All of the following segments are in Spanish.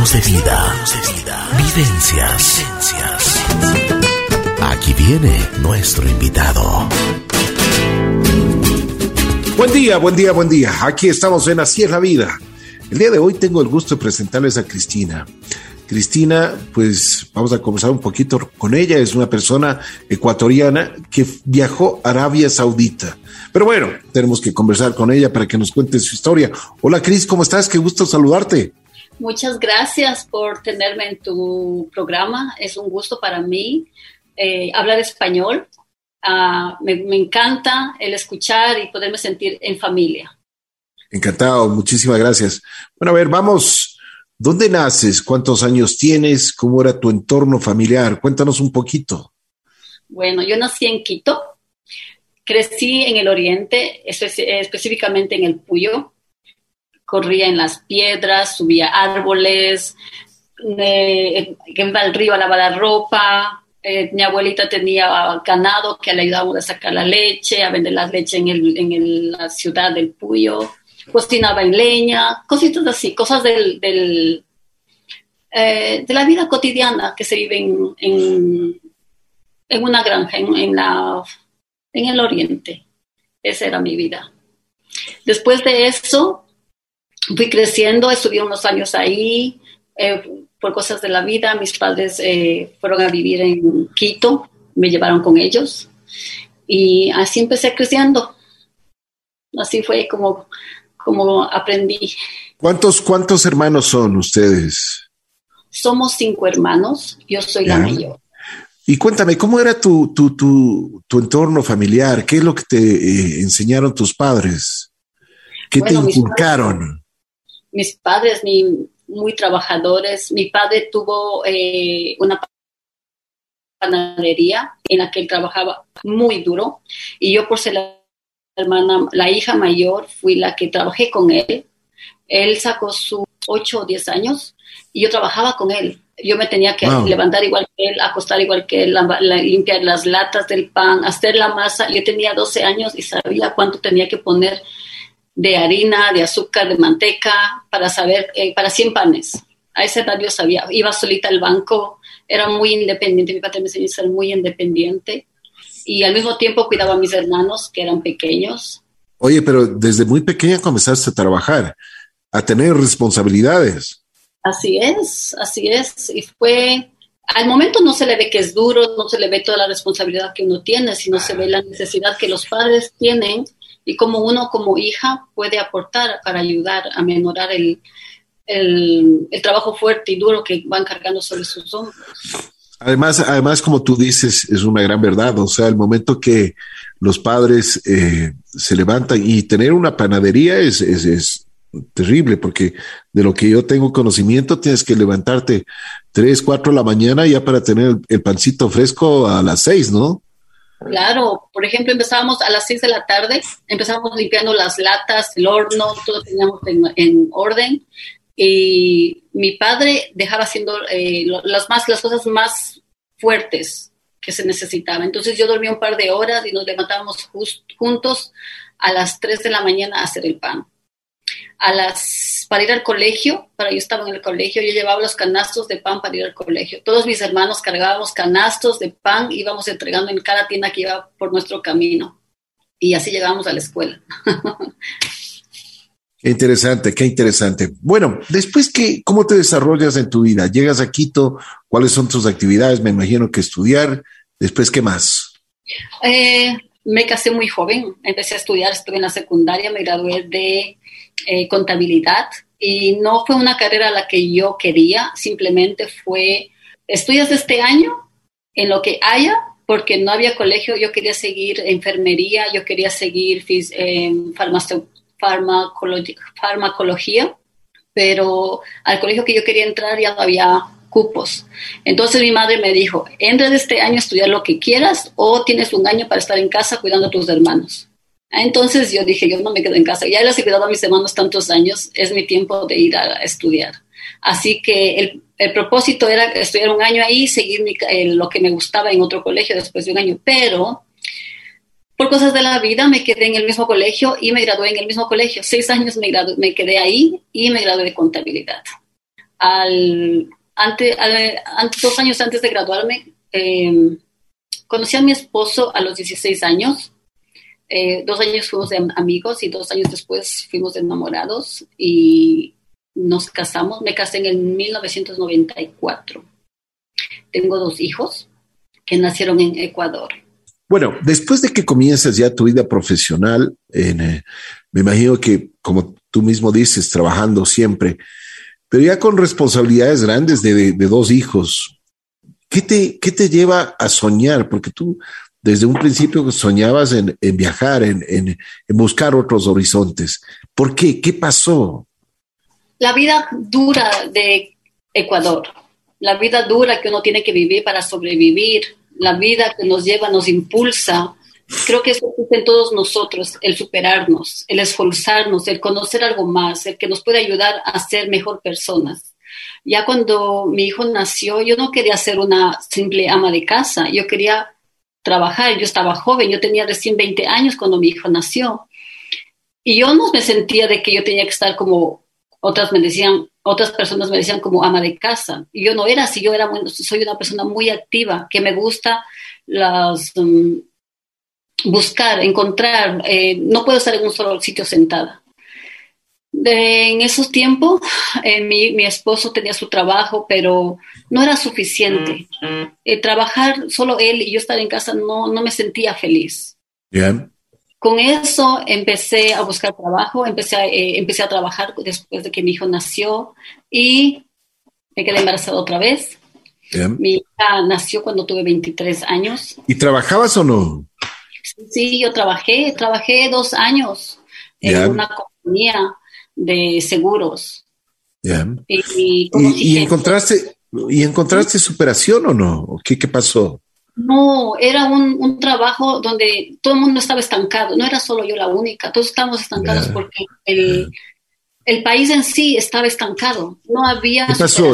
Años de vida. Vivencias. Aquí viene nuestro invitado. Buen día. Aquí estamos en Así es la Vida. El día de hoy tengo el gusto de presentarles a Cristina. Cristina, pues vamos a conversar un poquito con ella. Es una persona ecuatoriana que viajó a Arabia Saudita. Pero bueno, tenemos que conversar con ella para que nos cuente su historia. Hola Cris, ¿cómo estás? Qué gusto saludarte. Muchas gracias por tenerme en tu programa. Es un gusto para mí hablar español. Me encanta el escuchar y poderme sentir en familia. Encantado, muchísimas gracias. Bueno, a ver, vamos. ¿Dónde naces? ¿Cuántos años tienes? ¿Cómo era tu entorno familiar? Cuéntanos un poquito. Bueno, yo nací en Quito. Crecí en el oriente, específicamente en el Puyo. Corría en las piedras, subía árboles, iba al río a lavar la ropa. Mi abuelita tenía ganado que le ayudábamos a sacar la leche, a vender la leche en la ciudad del Puyo. Cocinaba en leña, cositas así, cosas de la vida cotidiana que se vive en una granja, en el oriente. Esa era mi vida. Después de eso, fui creciendo, estudié unos años ahí, por cosas de la vida. Mis padres fueron a vivir en Quito, me llevaron con ellos y así empecé creciendo. Así fue como aprendí. ¿Cuántos hermanos son ustedes? Somos 5 hermanos, yo soy la mayor. Y cuéntame, ¿cómo era tu entorno familiar? ¿Qué es lo que te enseñaron tus padres? ¿Qué te inculcaron? Mis padres muy trabajadores. Mi padre tuvo una panadería en la que él trabajaba muy duro y yo por ser la hija mayor fui la que trabajé con él. Él sacó sus 8 o 10 años y yo trabajaba con él. Yo me tenía que levantar igual que él, acostar igual que él, limpiar las latas del pan, hacer la masa. Yo tenía 12 años y sabía cuánto tenía que poner de harina, de azúcar, de manteca para 100 panes. A esa edad yo sabía. Iba solita al banco, era muy independiente. Mi padre me enseñó a ser muy independiente. Y al mismo tiempo cuidaba a mis hermanos, que eran pequeños. Oye, pero desde muy pequeña comenzaste a trabajar, a tener responsabilidades. Así es. Y al momento no se le ve que es duro, no se le ve toda la responsabilidad que uno tiene, sino se ve la necesidad que los padres tienen y cómo uno como hija puede aportar para ayudar a menorar el trabajo fuerte y duro que van cargando sobre sus hombros. Además, como tú dices, es una gran verdad. O sea, el momento que los padres se levantan y tener una panadería es terrible, porque de lo que yo tengo conocimiento, tienes que levantarte 3, 4 de la mañana ya para tener el pancito fresco a las 6, ¿no? Claro, por ejemplo, empezábamos a las 6 de la tarde, empezábamos limpiando las latas, el horno, todo teníamos en orden. Y mi padre dejaba haciendo las cosas más fuertes que se necesitaban. Entonces yo dormía un par de horas y nos levantábamos juntos a las 3 de la mañana a hacer el pan. Para ir al colegio, yo estaba en el colegio, yo llevaba los canastos de pan para ir al colegio. Todos mis hermanos cargábamos canastos de pan, íbamos entregando en cada tienda que iba por nuestro camino. Y así llegábamos a la escuela. Qué interesante. Bueno, después, ¿cómo te desarrollas en tu vida? Llegas a Quito, ¿cuáles son tus actividades? Me imagino que estudiar. Después, ¿qué más? Me casé muy joven, empecé a estudiar, estuve en la secundaria, me gradué de contabilidad y no fue una carrera a la que yo quería, simplemente fue, estudias este año en lo que haya, porque no había colegio, yo quería seguir enfermería, yo quería seguir farmacología, pero al colegio que yo quería entrar ya no había cupos. Entonces mi madre me dijo, entra de este año a estudiar lo que quieras o tienes un año para estar en casa cuidando a tus hermanos. Entonces yo dije, yo no me quedo en casa, ya les he cuidado a mis hermanos tantos años, es mi tiempo de ir a estudiar. Así que el propósito era estudiar un año ahí, seguir lo que me gustaba en otro colegio después de un año, pero por cosas de la vida me quedé en el mismo colegio y me gradué en el mismo colegio. 6 años me quedé ahí y me gradué de contabilidad. 2 años antes de graduarme, conocí a mi esposo a los 16 años. 2 años fuimos de amigos y 2 años después fuimos enamorados y nos casamos. Me casé en el 1994. Tengo 2 hijos que nacieron en Ecuador. Bueno, después de que comienzas ya tu vida profesional, me imagino que, como tú mismo dices, trabajando siempre, pero ya con responsabilidades grandes de 2 hijos, ¿qué te lleva a soñar? Porque tú desde un principio soñabas en viajar, en buscar otros horizontes. ¿Por qué? ¿Qué pasó? La vida dura de Ecuador, la vida dura que uno tiene que vivir para sobrevivir, la vida que nos lleva, nos impulsa. Creo que eso existe en todos nosotros, el superarnos, el esforzarnos, el conocer algo más, el que nos puede ayudar a ser mejor personas. Ya cuando mi hijo nació, yo no quería ser una simple ama de casa, yo quería trabajar, yo estaba joven, yo tenía recién 20 años cuando mi hijo nació. Y yo no me sentía de que yo tenía que estar como otras personas me decían como ama de casa. Y yo no era así, soy una persona muy activa, que me gusta buscar, encontrar, no puedo estar en un solo sitio sentada. En esos tiempos, mi esposo tenía su trabajo, pero no era suficiente. Trabajar solo él y yo estar en casa no me sentía feliz. Yeah. Con eso empecé a buscar trabajo, empecé a trabajar después de que mi hijo nació y me quedé embarazada otra vez. Yeah. Mi hija nació cuando tuve 23 años. ¿Y trabajabas o no? Sí, yo trabajé 2 años en una compañía de seguros. Yeah. ¿Y encontraste superación o no? ¿Qué pasó? No, era un trabajo donde todo el mundo estaba estancado, no era solo yo la única, todos estábamos estancados porque el país en sí estaba estancado, no había... ¿Qué pasó?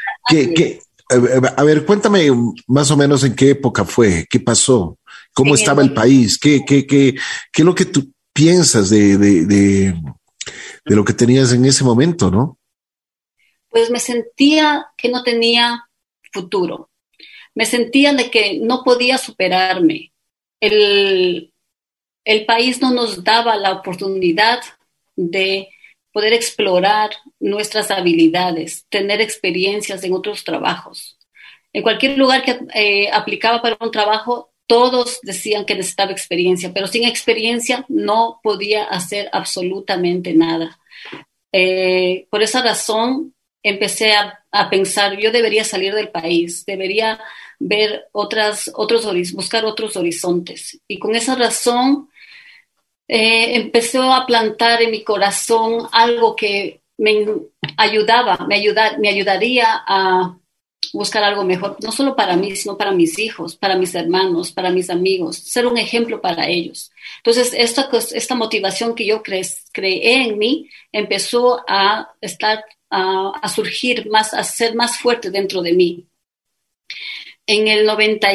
A ver, cuéntame más o menos en qué época fue, qué pasó, cómo estaba el país, qué es lo que tú piensas de lo que tenías en ese momento, ¿no? Pues me sentía que no tenía futuro. Me sentía de que no podía superarme. El país no nos daba la oportunidad de poder explorar nuestras habilidades, tener experiencias en otros trabajos. En cualquier lugar que aplicaba para un trabajo, todos decían que necesitaba experiencia, pero sin experiencia no podía hacer absolutamente nada. Por esa razón, empecé a pensar, yo debería salir del país, debería ver buscar otros horizontes. Y con esa razón empezó a plantar en mi corazón algo que me ayudaría a buscar algo mejor, no solo para mí, sino para mis hijos, para mis hermanos, para mis amigos, ser un ejemplo para ellos. Entonces, esta motivación que yo creé en mí empezó a surgir más, a ser más fuerte dentro de mí. En el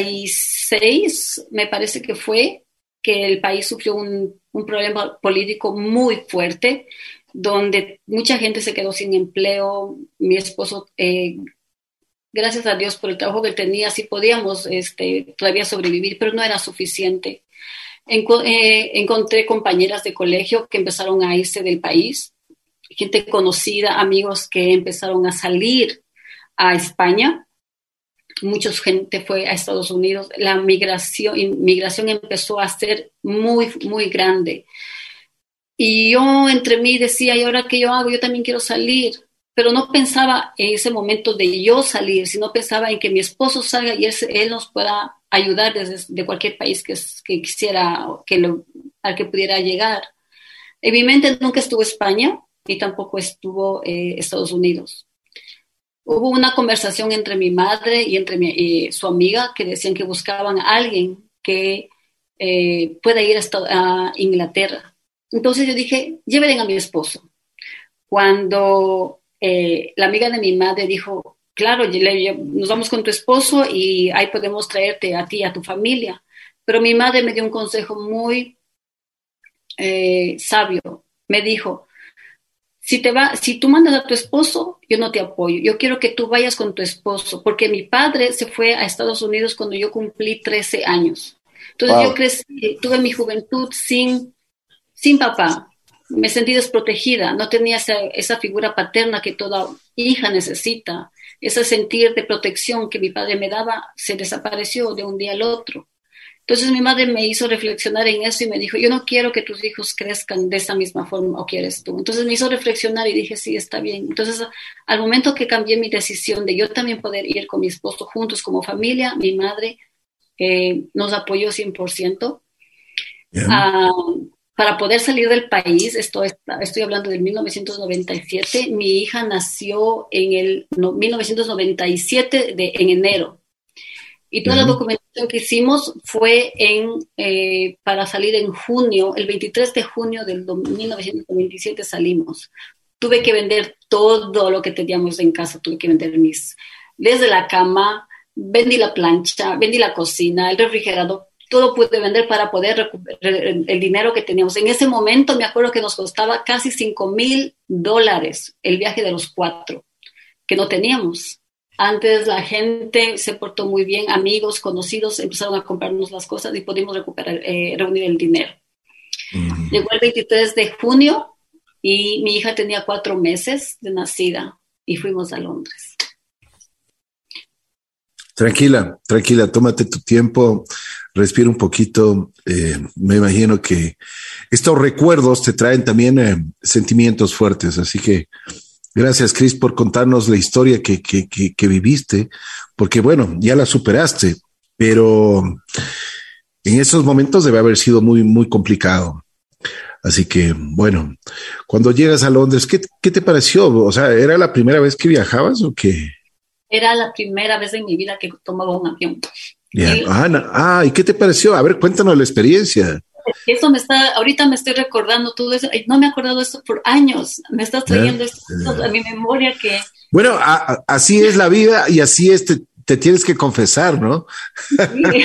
96, me parece que fue, que el país sufrió un problema político muy fuerte, donde mucha gente se quedó sin empleo. Mi esposo, gracias a Dios por el trabajo que él tenía, sí podíamos todavía sobrevivir, pero no era suficiente. Encontré compañeras de colegio que empezaron a irse del país, gente conocida, amigos que empezaron a salir a España. Mucha gente fue a Estados Unidos. La migración empezó a ser muy, muy grande. Y yo entre mí decía, ¿y ahora qué yo hago? Yo también quiero salir. Pero no pensaba en ese momento de yo salir, sino pensaba en que mi esposo salga y él nos pueda ayudar desde cualquier país que quisiera, al que pudiera llegar. En mi mente nunca estuvo España y tampoco estuvo Estados Unidos. Hubo una conversación entre mi madre y entre su amiga que decían que buscaban a alguien que pueda ir a Inglaterra. Entonces yo dije, lleven a mi esposo. Cuando la amiga de mi madre dijo, claro, nos vamos con tu esposo y ahí podemos traerte a ti y a tu familia. Pero mi madre me dio un consejo muy sabio. Me dijo, si tú mandas a tu esposo, yo no te apoyo. Yo quiero que tú vayas con tu esposo, porque mi padre se fue a Estados Unidos cuando yo cumplí 13 años. Entonces yo crecí, tuve mi juventud sin papá. Me sentí desprotegida, no tenía esa figura paterna que toda hija necesita. Ese sentir de protección que mi padre me daba se desapareció de un día al otro. Entonces mi madre me hizo reflexionar en eso y me dijo, yo no quiero que tus hijos crezcan de esa misma forma, ¿o quieres tú? Entonces me hizo reflexionar y dije, sí, está bien. Entonces al momento que cambié mi decisión de yo también poder ir con mi esposo juntos como familia, mi madre nos apoyó 100%. Yeah. Para poder salir del país, estoy hablando del 1997, mi hija nació en 1997 en enero. Y toda la documentación que hicimos fue para salir en junio, el 23 de junio del 1997 salimos. Tuve que vender todo lo que teníamos en casa, tuve que vender desde la cama, vendí la plancha, vendí la cocina, el refrigerador, todo pude vender para poder recuperar el dinero que teníamos. En ese momento me acuerdo que nos costaba casi $5,000 el viaje de los 4, que no teníamos. Antes la gente se portó muy bien, amigos, conocidos, empezaron a comprarnos las cosas y pudimos reunir el dinero. Llegó el 23 de junio y mi hija tenía 4 meses de nacida y fuimos a Londres. Tranquila, tómate tu tiempo, respira un poquito. Me imagino que estos recuerdos te traen también sentimientos fuertes, así que gracias, Cris, por contarnos la historia que viviste, porque bueno, ya la superaste, pero en esos momentos debe haber sido muy, muy complicado. Así que, bueno, cuando llegas a Londres, ¿qué te pareció? O sea, ¿era la primera vez que viajabas o qué? Era la primera vez en mi vida que tomaba un avión. Yeah. ¿Y qué te pareció? A ver, cuéntanos la experiencia. Eso ahorita me estoy recordando todo eso. No me he acordado de esto por años. Me estás trayendo esto a mi memoria que... Bueno, así es la vida y así es, te tienes que confesar, ¿no? Sí.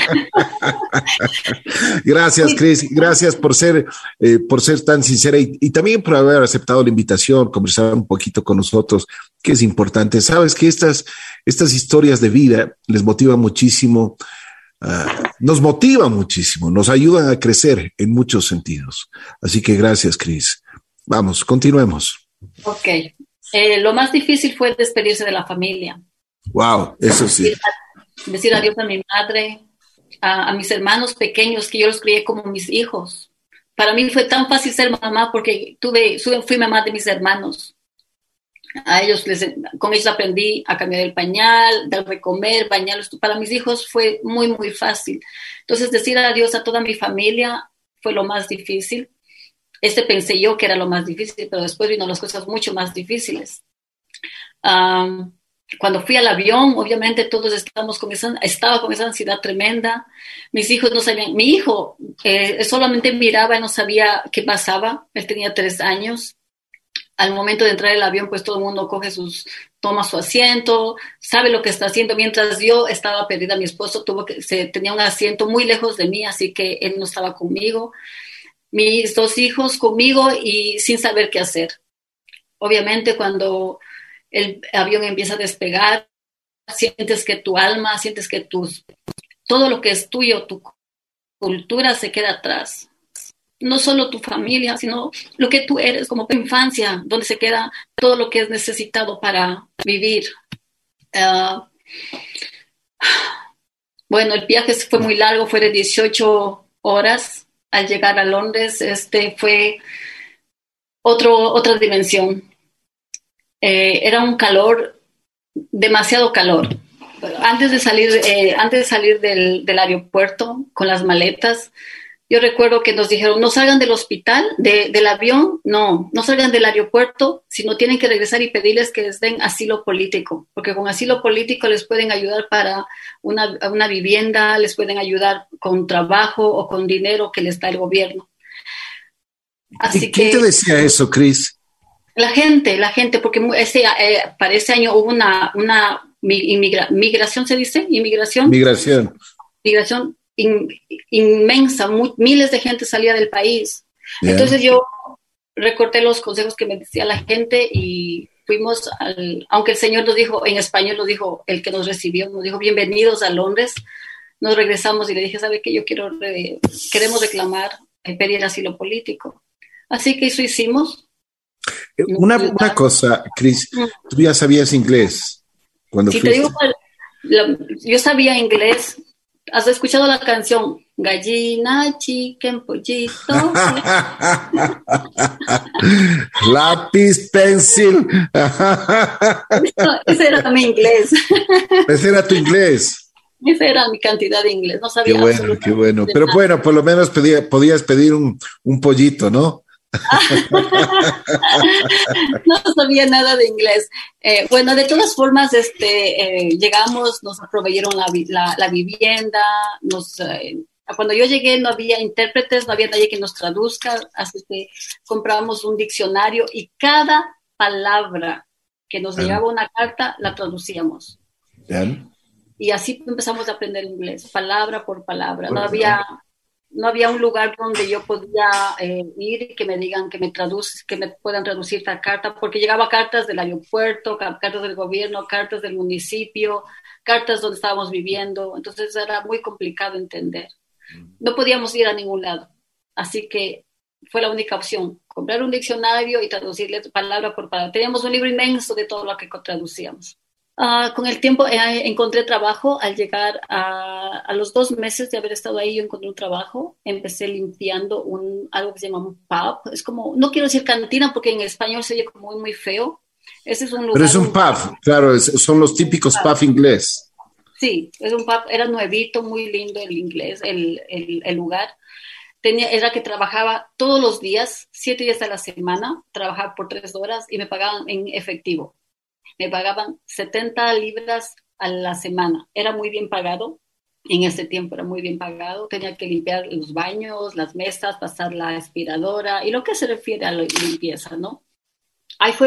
Gracias, Cris. Gracias por ser tan sincera y también por haber aceptado la invitación, conversar un poquito con nosotros, que es importante. Sabes que estas historias de vida les motivan muchísimo. Nos motiva muchísimo, nos ayudan a crecer en muchos sentidos. Así que gracias, Cris. Vamos, continuemos. Ok. Lo más difícil fue despedirse de la familia. Wow, eso sí. Decir adiós a mi madre, a mis hermanos pequeños, que yo los crié como mis hijos. Para mí fue tan fácil ser mamá porque fui mamá de mis hermanos. Con ellos aprendí a cambiar el pañal, darle comer, bañarlos. Para mis hijos fue muy, muy fácil. Entonces, decir adiós a toda mi familia fue lo más difícil. Pensé yo que era lo más difícil, pero después vino las cosas mucho más difíciles. Cuando fui al avión, obviamente todos estaba con esa ansiedad tremenda. Mis hijos no sabían. Mi hijo solamente miraba y no sabía qué pasaba. Él tenía 3 años. Al momento de entrar al avión, pues todo el mundo toma su asiento, sabe lo que está haciendo. Mientras yo estaba perdida, mi esposo tenía un asiento muy lejos de mí, así que él no estaba conmigo. Mis 2 hijos conmigo y sin saber qué hacer. Obviamente, cuando el avión empieza a despegar, sientes que tu alma, sientes que todo lo que es tuyo, tu cultura se queda atrás. No solo tu familia, sino lo que tú eres como tu infancia, donde se queda todo lo que es necesitado para vivir. Bueno, el viaje fue muy largo, fue de 18 horas. Al llegar a Londres, fue otra dimensión. Era un calor, demasiado calor. Antes de salir del aeropuerto con las maletas, yo recuerdo que nos dijeron, no salgan del hospital, del avión, no salgan del aeropuerto, sino tienen que regresar y pedirles que les den asilo político, porque con asilo político les pueden ayudar para una vivienda, les pueden ayudar con trabajo o con dinero que les da el gobierno. Así ¿Quién te decía eso, Cris? La gente, porque para ese año hubo una migración, ¿se dice? Migración inmensa, miles de gente salía del país. Yeah. Entonces yo recorté los consejos que me decía la gente y fuimos aunque el Señor nos dijo, en español nos dijo, el que nos recibió, nos dijo, bienvenidos a Londres, nos regresamos y le dije, ¿sabe qué? Queremos reclamar, pedir asilo político. Así que eso hicimos. Una cosa, Cris, tú ya sabías inglés cuando si fuiste. Te digo, yo sabía inglés. ¿Has escuchado la canción Gallina, chicken, pollito? Lápiz, pencil. Ese era mi inglés. Ese era tu inglés. Esa era mi cantidad de inglés. No sabía Qué bueno. Pero nada. bueno, por lo menos podías pedir un pollito, ¿no? No sabía nada de inglés. Bueno, de todas formas, llegamos, nos proveyeron la vivienda, cuando yo llegué no había intérpretes, no había nadie que nos traduzca, así que compramos un diccionario y cada palabra que nos llegaba una carta la traducíamos. Bien. Y así empezamos a aprender inglés, palabra por palabra. No había un lugar donde yo podía ir y que me digan, que me puedan traducir esta carta, porque llegaba cartas del aeropuerto, cartas del gobierno, cartas del municipio, cartas donde estábamos viviendo, entonces era muy complicado entender. No podíamos ir a ningún lado, así que fue la única opción, comprar un diccionario y traducirle palabra por palabra. Teníamos un libro inmenso de todo lo que traducíamos. Con el tiempo encontré trabajo. Al llegar a los 2 meses de haber estado ahí, yo encontré un trabajo. Empecé limpiando algo que se llama un pub. Es como, no quiero decir cantina porque en español se oye como muy, muy feo. Ese es un lugar. Pero es un pub, claro, son los típicos pub inglés. Sí, es un pub, era nuevito, muy lindo el inglés, el lugar. Era que trabajaba todos los días, 7 días a la semana, trabajaba por 3 horas y me pagaban en efectivo. Me pagaban 70 libras a la semana. Era muy bien pagado. En ese tiempo era muy bien pagado. Tenía que limpiar los baños, las mesas, pasar la aspiradora y lo que se refiere a la limpieza, ¿no? Ahí fue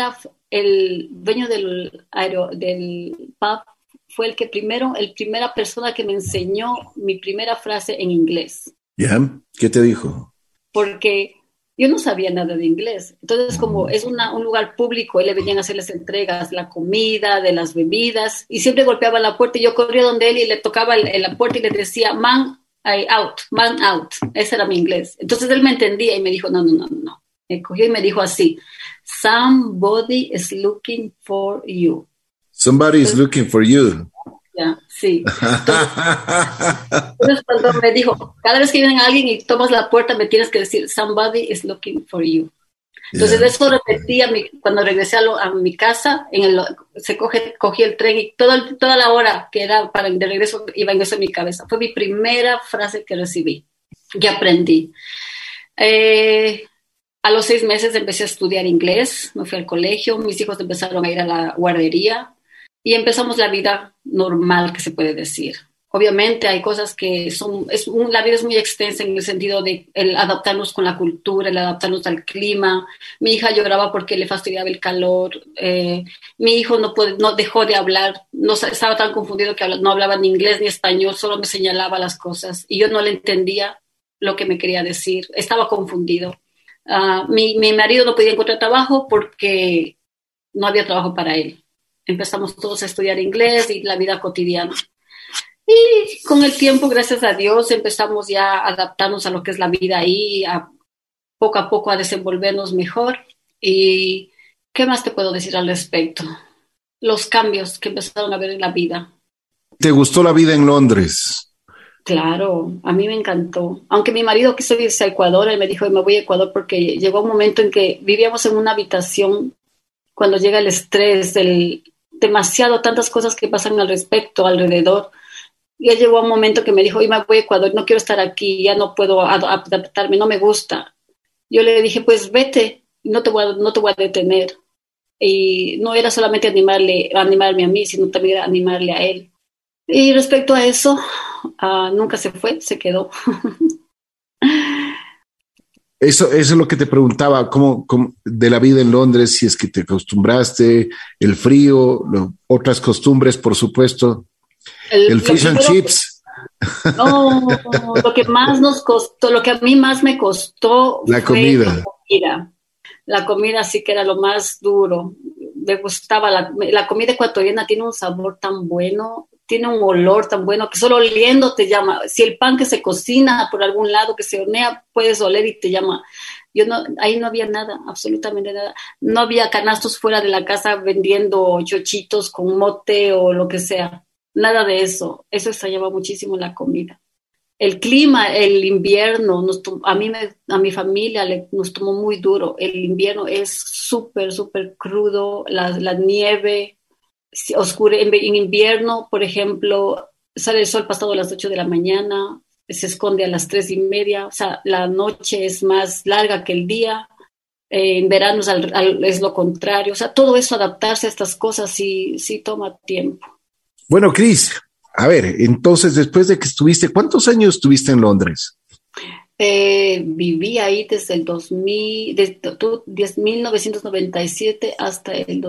el dueño del pub fue el primera persona que me enseñó mi primera frase en inglés. ¿Ya? ¿Qué te dijo? Porque yo no sabía nada de inglés. Entonces, como es un lugar público, él le venían a hacer las entregas, la comida, de las bebidas, y siempre golpeaba la puerta y yo corría donde él y le tocaba la puerta y le decía, man out. Ese era mi inglés. Entonces él me entendía y me dijo, no. Me cogió y me dijo así, somebody is looking for you. Somebody is looking for you. Ya, sí. Entonces cuando me dijo, cada vez que viene alguien y tomas la puerta me tienes que decir, somebody is looking for you. Entonces eso repetía cuando regresé a mi casa, cogí el tren y toda la hora que era de regreso iba en eso en mi cabeza. Fue mi primera frase que recibí, que aprendí. A los 6 meses empecé a estudiar inglés, me fui al colegio, mis hijos empezaron a ir a la guardería y empezamos la vida normal, que se puede decir. Obviamente hay cosas que la vida es muy extensa en el sentido de el adaptarnos con la cultura, el adaptarnos al clima. Mi hija lloraba porque le fastidiaba el calor. Mi hijo no dejó de hablar, estaba tan confundido que no hablaba ni inglés ni español, solo me señalaba las cosas y yo no le entendía lo que me quería decir. Estaba confundido. Mi marido no podía encontrar trabajo porque no había trabajo para él. Empezamos todos a estudiar inglés y la vida cotidiana. Y con el tiempo, gracias a Dios, empezamos ya a adaptarnos a lo que es la vida ahí, poco a poco a desenvolvernos mejor. ¿Y qué más te puedo decir al respecto? Los cambios que empezaron a ver en la vida. ¿Te gustó la vida en Londres? Claro, a mí me encantó. Aunque mi marido quiso irse a Ecuador, él me dijo, me voy a Ecuador porque llegó un momento en que vivíamos en una habitación cuando llega el estrés, tantas cosas que pasan alrededor. Y él llegó a un momento que me dijo, me voy a Ecuador, no quiero estar aquí, ya no puedo adaptarme, no me gusta. Yo le dije, pues vete, no te voy a detener. Y no era solamente animarme a mí, sino también era animarle a él. Y respecto a eso, nunca se fue, se quedó. Eso es lo que te preguntaba, ¿cómo de la vida en Londres, si es que te acostumbraste, el frío, otras costumbres, por supuesto, el fish and chips. No, lo que más nos costó, lo que a mí más me costó la comida. La comida sí que era lo más duro. me gustaba la comida ecuatoriana, tiene un sabor tan bueno, tiene un olor tan bueno que solo oliendo te llama. Si el pan que se cocina por algún lado, que se hornea, puedes oler y te llama. Ahí no había nada, absolutamente nada. No había canastos fuera de la casa vendiendo chochitos con mote o lo que sea. Nada de eso. Eso extrañaba muchísimo la comida. El clima, el invierno, a mi familia nos tomó muy duro. El invierno es súper, súper crudo, la nieve oscure. En invierno, por ejemplo, sale el sol pasado a las 8 de la mañana, se esconde a las 3:30, o sea, la noche es más larga que el día. En verano es lo contrario. O sea, todo eso, adaptarse a estas cosas sí toma tiempo. Bueno, Cris, a ver, entonces después de que estuviste, ¿cuántos años estuviste en Londres? Viví ahí desde el 1997 hasta el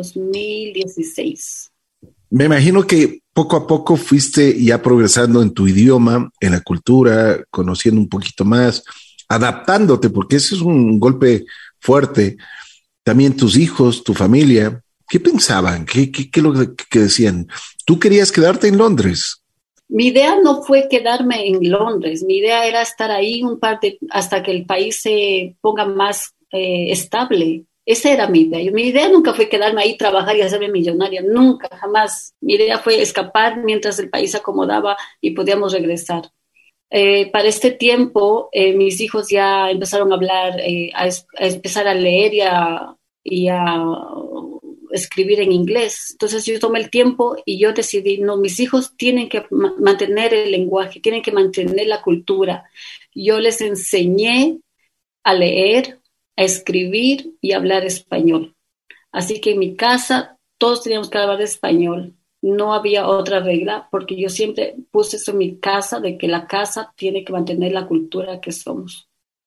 2016. Me imagino que poco a poco fuiste ya progresando en tu idioma, en la cultura, conociendo un poquito más, adaptándote, porque ese es un golpe fuerte. También tus hijos, tu familia, ¿qué pensaban? ¿Qué es lo que decían? ¿Tú querías quedarte en Londres? Mi idea no fue quedarme en Londres, mi idea era estar ahí hasta que el país se ponga más estable. Esa era mi idea. Mi idea nunca fue quedarme ahí, trabajar y hacerme millonaria, nunca, jamás. Mi idea fue escapar mientras el país se acomodaba y podíamos regresar. Para este tiempo, mis hijos ya empezaron a hablar, a empezar a leer y a escribir en inglés. Entonces yo tomé el tiempo y yo decidí, no, mis hijos tienen que mantener el lenguaje, tienen que mantener la cultura. Yo les enseñé a leer, a escribir y a hablar español. Así que en mi casa todos teníamos que hablar español. No había otra regla porque yo siempre puse eso en mi casa, de que la casa tiene que mantener la cultura que somos.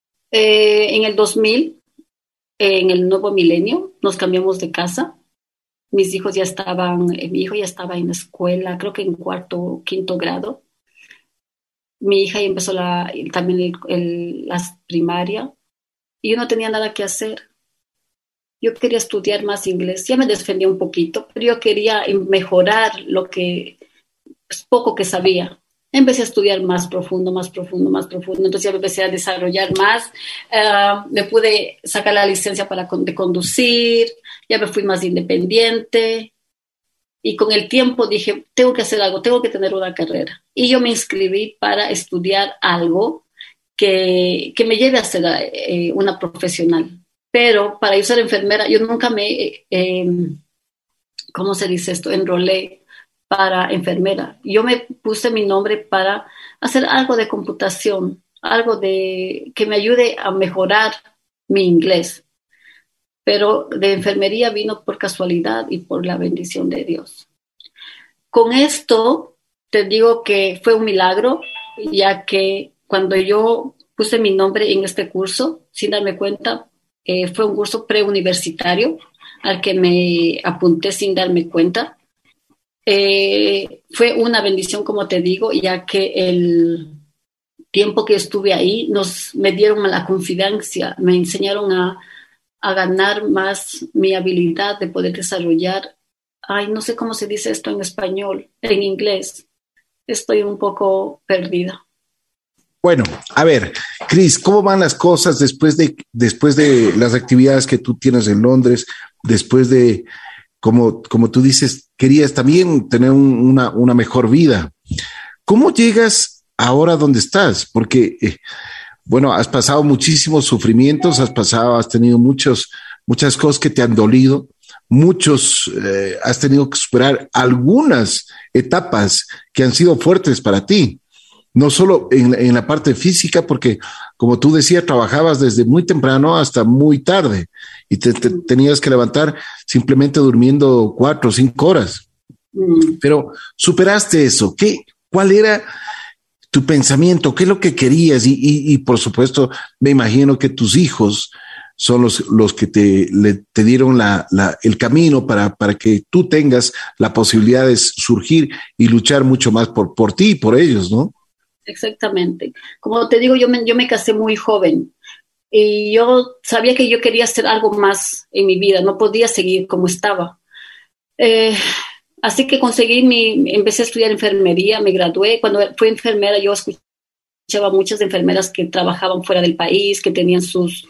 En el 2000, en el nuevo milenio, nos cambiamos de casa. Mi hijo ya estaba en la escuela, creo que en 4º o 5º grado. Mi hija ya empezó también la primaria y yo no tenía nada que hacer. Yo quería estudiar más inglés, ya me defendía un poquito, pero yo quería mejorar lo que poco que sabía. Empecé a estudiar más profundo, entonces ya me empecé a desarrollar más, me pude sacar la licencia de conducir, ya me fui más independiente y con el tiempo dije, tengo que hacer algo, tengo que tener una carrera. Y yo me inscribí para estudiar algo que me lleve a ser una profesional. Pero para yo ser enfermera, yo nunca ¿cómo se dice esto? Enrolé para enfermera. Yo me puse mi nombre para hacer algo de computación, algo que me ayude a mejorar mi inglés. Pero de enfermería vino por casualidad y por la bendición de Dios. Con esto te digo que fue un milagro, ya que cuando yo puse mi nombre en este curso, sin darme cuenta, fue un curso preuniversitario al que me apunté sin darme cuenta. Fue una bendición, como te digo, ya que el tiempo que estuve ahí me dieron la confianza, me enseñaron a ganar más mi habilidad de poder desarrollar. No sé cómo se dice esto en español, en inglés. Estoy un poco perdida. Bueno, a ver, Cris, ¿cómo van las cosas después de las actividades que tú tienes en Londres, después de, como tú dices, querías también tener una mejor vida? ¿Cómo llegas ahora donde estás? Porque, bueno, has pasado muchísimos sufrimientos, has tenido muchas cosas que te han dolido, has tenido que superar algunas etapas que han sido fuertes para ti. No solo en la parte física, porque como tú decías, trabajabas desde muy temprano hasta muy tarde y te tenías que levantar simplemente durmiendo 4 o 5 horas. Pero superaste eso. ¿Cuál era tu pensamiento? ¿Qué es lo que querías? Y por supuesto, me imagino que tus hijos son los que te dieron el camino para que tú tengas la posibilidad de surgir y luchar mucho más por ti y por ellos, ¿no? Exactamente. Como te digo, yo me casé muy joven y yo sabía que yo quería hacer algo más en mi vida, no podía seguir como estaba. Eh, Así que empecé a estudiar enfermería, me gradué. Cuando fui enfermera, yo escuchaba a muchas enfermeras que trabajaban fuera del país, que tenían sus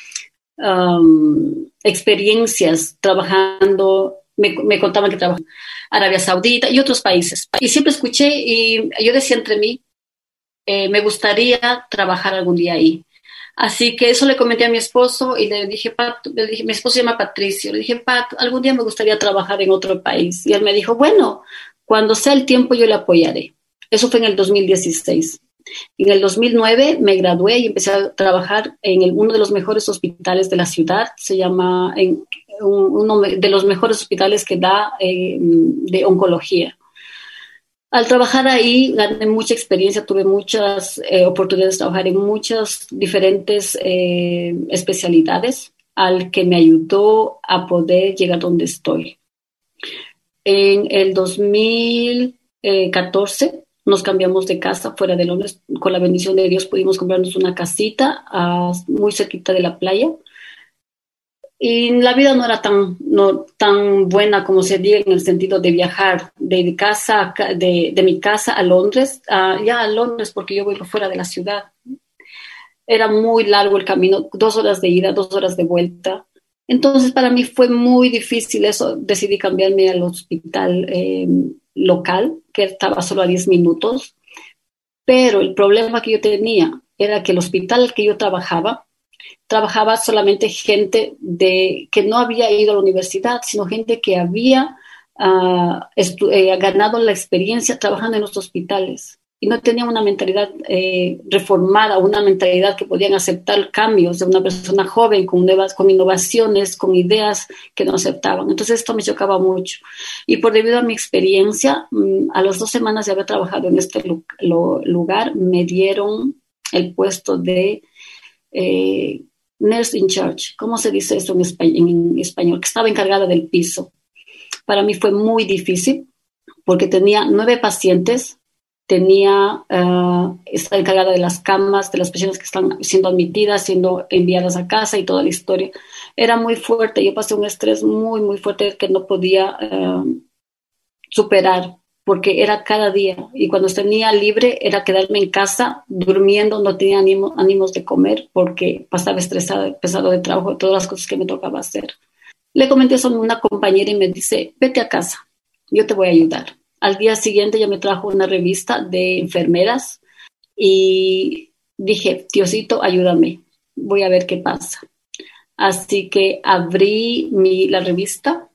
experiencias trabajando, me contaban que trabajaban en Arabia Saudita y otros países. Y siempre escuché y yo decía entre mí, me gustaría trabajar algún día ahí. Así que eso le comenté a mi esposo y le dije, Pat, mi esposo se llama Patricio, le dije, Pat, algún día me gustaría trabajar en otro país. Y él me dijo, bueno, cuando sea el tiempo yo le apoyaré. Eso fue en el 2016. En el 2009 me gradué y empecé a trabajar en uno de los mejores hospitales de la ciudad, se llama uno de los mejores hospitales que da de oncología. Al trabajar ahí gané mucha experiencia, tuve muchas oportunidades de trabajar en muchas diferentes especialidades, al que me ayudó a poder llegar donde estoy. En el 2014 nos cambiamos de casa fuera de Londres. Con la bendición de Dios pudimos comprarnos una casita muy cerquita de la playa. Y la vida no era no tan buena como se diga en el sentido de viajar de mi casa a Londres, ya a Londres porque yo voy por fuera de la ciudad. Era muy largo el camino, 2 horas de ida, 2 horas de vuelta. Entonces para mí fue muy difícil eso. Decidí cambiarme al hospital local, que estaba solo a 10 minutos. Pero el problema que yo tenía era que el hospital al que yo trabajaba solamente gente que no había ido a la universidad, sino gente que había ganado la experiencia trabajando en los hospitales y no tenían una mentalidad reformada, una mentalidad que podían aceptar cambios de una persona joven con innovaciones, con ideas que no aceptaban. Entonces esto me chocaba mucho. Y por debido a mi experiencia, a las 2 semanas de haber trabajado en este lugar, me dieron el puesto de nurse in charge. ¿Cómo se dice esto en español? Que estaba encargada del piso. Para mí fue muy difícil porque tenía 9 pacientes, estaba encargada de las camas, de las personas que están siendo admitidas, siendo enviadas a casa y toda la historia. Era muy fuerte, yo pasé un estrés muy, muy fuerte que no podía superar, porque era cada día. Y cuando tenía libre era quedarme en casa durmiendo, no tenía ánimos de comer porque pasaba estresada, pesado de trabajo, de todas las cosas que me tocaba hacer. Le comenté eso a una compañera y me dice, vete a casa, yo te voy a ayudar. Al día siguiente ya me trajo una revista de enfermeras y dije, Diosito, ayúdame, voy a ver qué pasa. Así que abrí la revista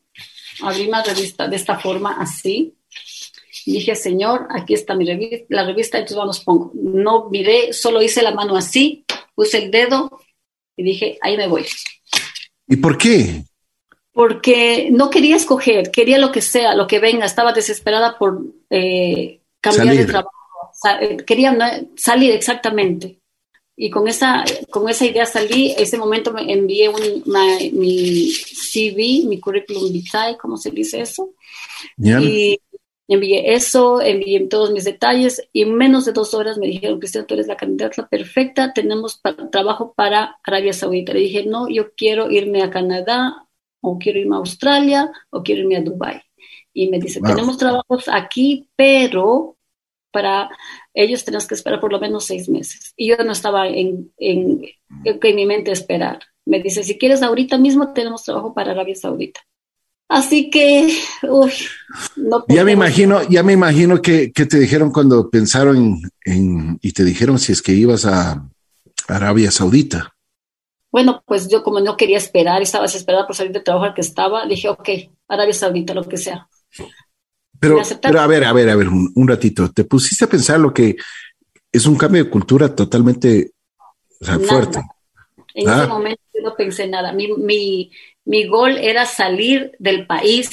de esta forma, así. Y dije, Señor, aquí está la revista, entonces vamos, pongo. No miré, solo hice la mano así, puse el dedo y dije, ahí me voy. ¿Y por qué? Porque no quería escoger, quería lo que sea, lo que venga. Estaba desesperada por cambiar de trabajo. Quería salir exactamente. Y con esa idea salí. Ese momento me envié mi CV, mi currículum vitae, ¿cómo se dice eso? Yeah. Y envié eso, envié todos mis detalles y en menos de 2 horas me dijeron, Cristina, tú eres la candidata perfecta, tenemos trabajo para Arabia Saudita. Le dije, no, yo quiero irme a Canadá, o quiero irme a Australia, o quiero irme a Dubái. Y me dice, tenemos trabajos aquí, pero para ellos tenemos que esperar por lo menos 6 meses. Y yo no estaba en mi mente esperar. Me dice, si quieres ahorita mismo tenemos trabajo para Arabia Saudita. Así que, no. Ya me imagino que te dijeron cuando pensaron y te dijeron si es que ibas a Arabia Saudita. Bueno, pues yo como no quería esperar, estaba desesperada por salir de trabajo al que estaba, dije, ok, Arabia Saudita, lo que sea. Pero a ver, un ratito. ¿Te pusiste a pensar lo que es un cambio de cultura totalmente fuerte? En ese momento yo no pensé nada. Mi gol era salir del país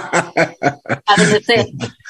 a donde sea.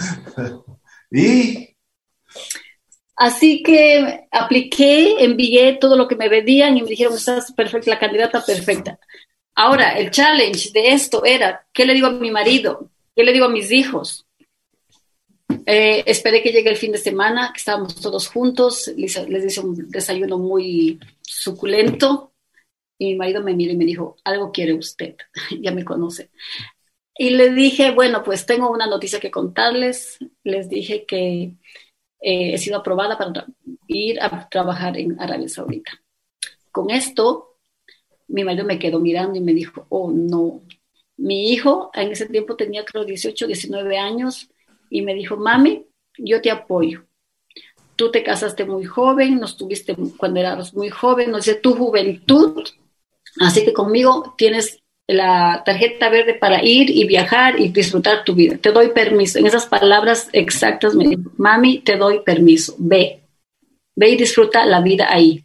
¿Y? Así que apliqué, envié todo lo que me pedían y me dijeron, estás perfecta, la candidata perfecta. Ahora, el challenge de esto era, ¿qué le digo a mi marido? ¿Qué le digo a mis hijos? Esperé que llegue el fin de semana, que estábamos todos juntos, les hice un desayuno muy suculento y mi marido me miró y me dijo, algo quiere usted, ya me conoce. Y le dije, bueno, pues tengo una noticia que contarles. Les dije que he sido aprobada para ir a trabajar en Arabia Saudita. Con esto, mi marido me quedó mirando y me dijo, oh, no. Mi hijo en ese tiempo tenía, creo, 18, 19 años y me dijo, mami, yo te apoyo. Tú te casaste muy joven, nos tuviste cuando eras muy joven, no sé, tu juventud, así que conmigo tienes la tarjeta verde para ir y viajar y disfrutar tu vida. Te doy permiso. En esas palabras exactas me dijo, mami, te doy permiso. Ve y disfruta la vida ahí.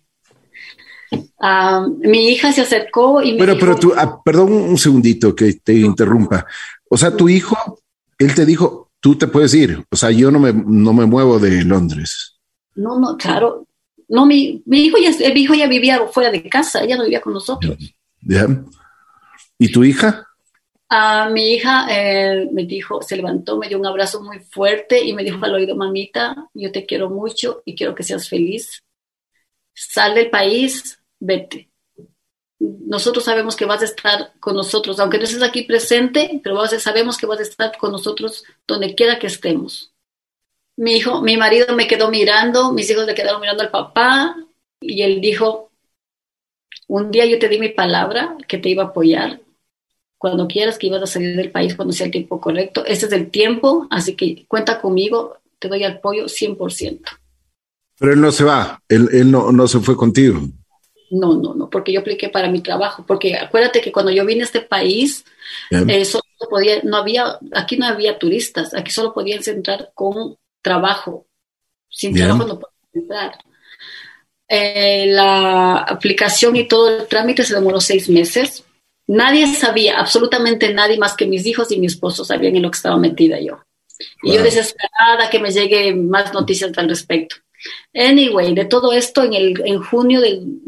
Mi hija se acercó y me dijo... Pero tú, perdón un segundito que te interrumpa. O sea, tu hijo, él te dijo, tú te puedes ir. O sea, yo no me muevo de Londres. No, claro. No, mi hijo ya vivía fuera de casa, ella no vivía con nosotros. ¿Ya? ¿Y tu hija? Mi hija me dijo, se levantó, me dio un abrazo muy fuerte y me dijo al oído, mamita, yo te quiero mucho y quiero que seas feliz. Sal del país, vete. Nosotros sabemos que vas a estar con nosotros, aunque no estés aquí presente, pero sabemos que vas a estar con nosotros donde quiera que estemos. Mi marido me quedó mirando, mis hijos le quedaron mirando al papá y él dijo, un día yo te di mi palabra que te iba a apoyar cuando quieras, que ibas a salir del país cuando sea el tiempo correcto. Este es el tiempo, así que cuenta conmigo, te doy apoyo 100%. Pero él no se va, él no se fue contigo. No, porque yo apliqué para mi trabajo, porque acuérdate que cuando yo vine a este país, solo aquí no había turistas, aquí solo podían entrar con trabajo, sin trabajo no podían entrar. La aplicación y todo el trámite se demoró 6 meses. Nadie sabía, absolutamente nadie más que mis hijos y mi esposo sabían en lo que estaba metida yo. Wow. Y yo desesperada que me lleguen más noticias al respecto. Anyway, de todo esto, en junio el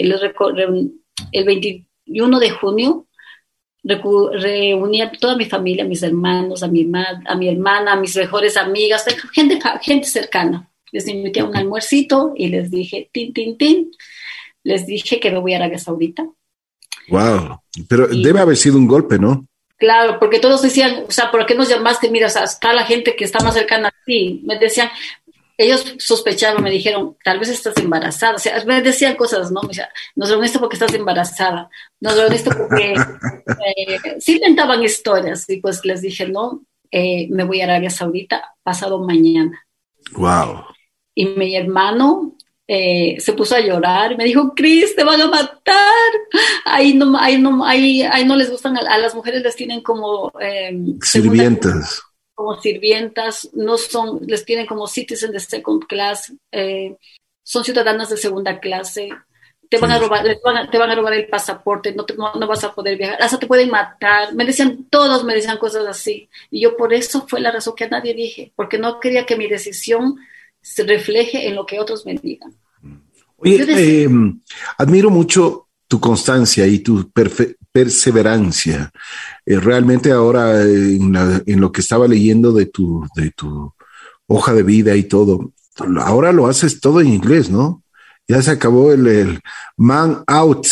21 de junio, reuní a toda mi familia, a mis hermanos, a mi hermana, a mis mejores amigas, gente cercana. Les invité a un almuercito y les dije, les dije que me voy a Arabia Saudita. Wow, pero debe haber sido un golpe, ¿no? Claro, porque todos decían, o sea, ¿por qué nos llamaste? Mira, o sea, está la gente que está más cercana a ti. Me decían, ellos sospechaban, me dijeron, tal vez estás embarazada. O sea, me decían cosas, ¿no? O sea, nos reuniste porque estás embarazada. Nos reuniste porque... sí inventaban historias. Y pues les dije, no, me voy a Arabia Saudita pasado mañana. Wow. Y mi hermano se puso a llorar y me dijo, Cris, te van a matar. Ahí no les gustan, a las mujeres les tienen como... sirvientas. Como sirvientas, les tienen como citizen de second class, son ciudadanas de segunda clase, te van a robar el pasaporte, no vas a poder viajar, hasta te pueden matar. Todos me decían cosas así. Y yo por eso fue la razón que a nadie dije, porque no quería que mi decisión se refleje en lo que otros me digan. Oye, admiro mucho tu constancia y tu perseverancia. Realmente ahora en lo que estaba leyendo de tu hoja de vida y todo, ahora lo haces todo en inglés, ¿no? Ya se acabó el man out.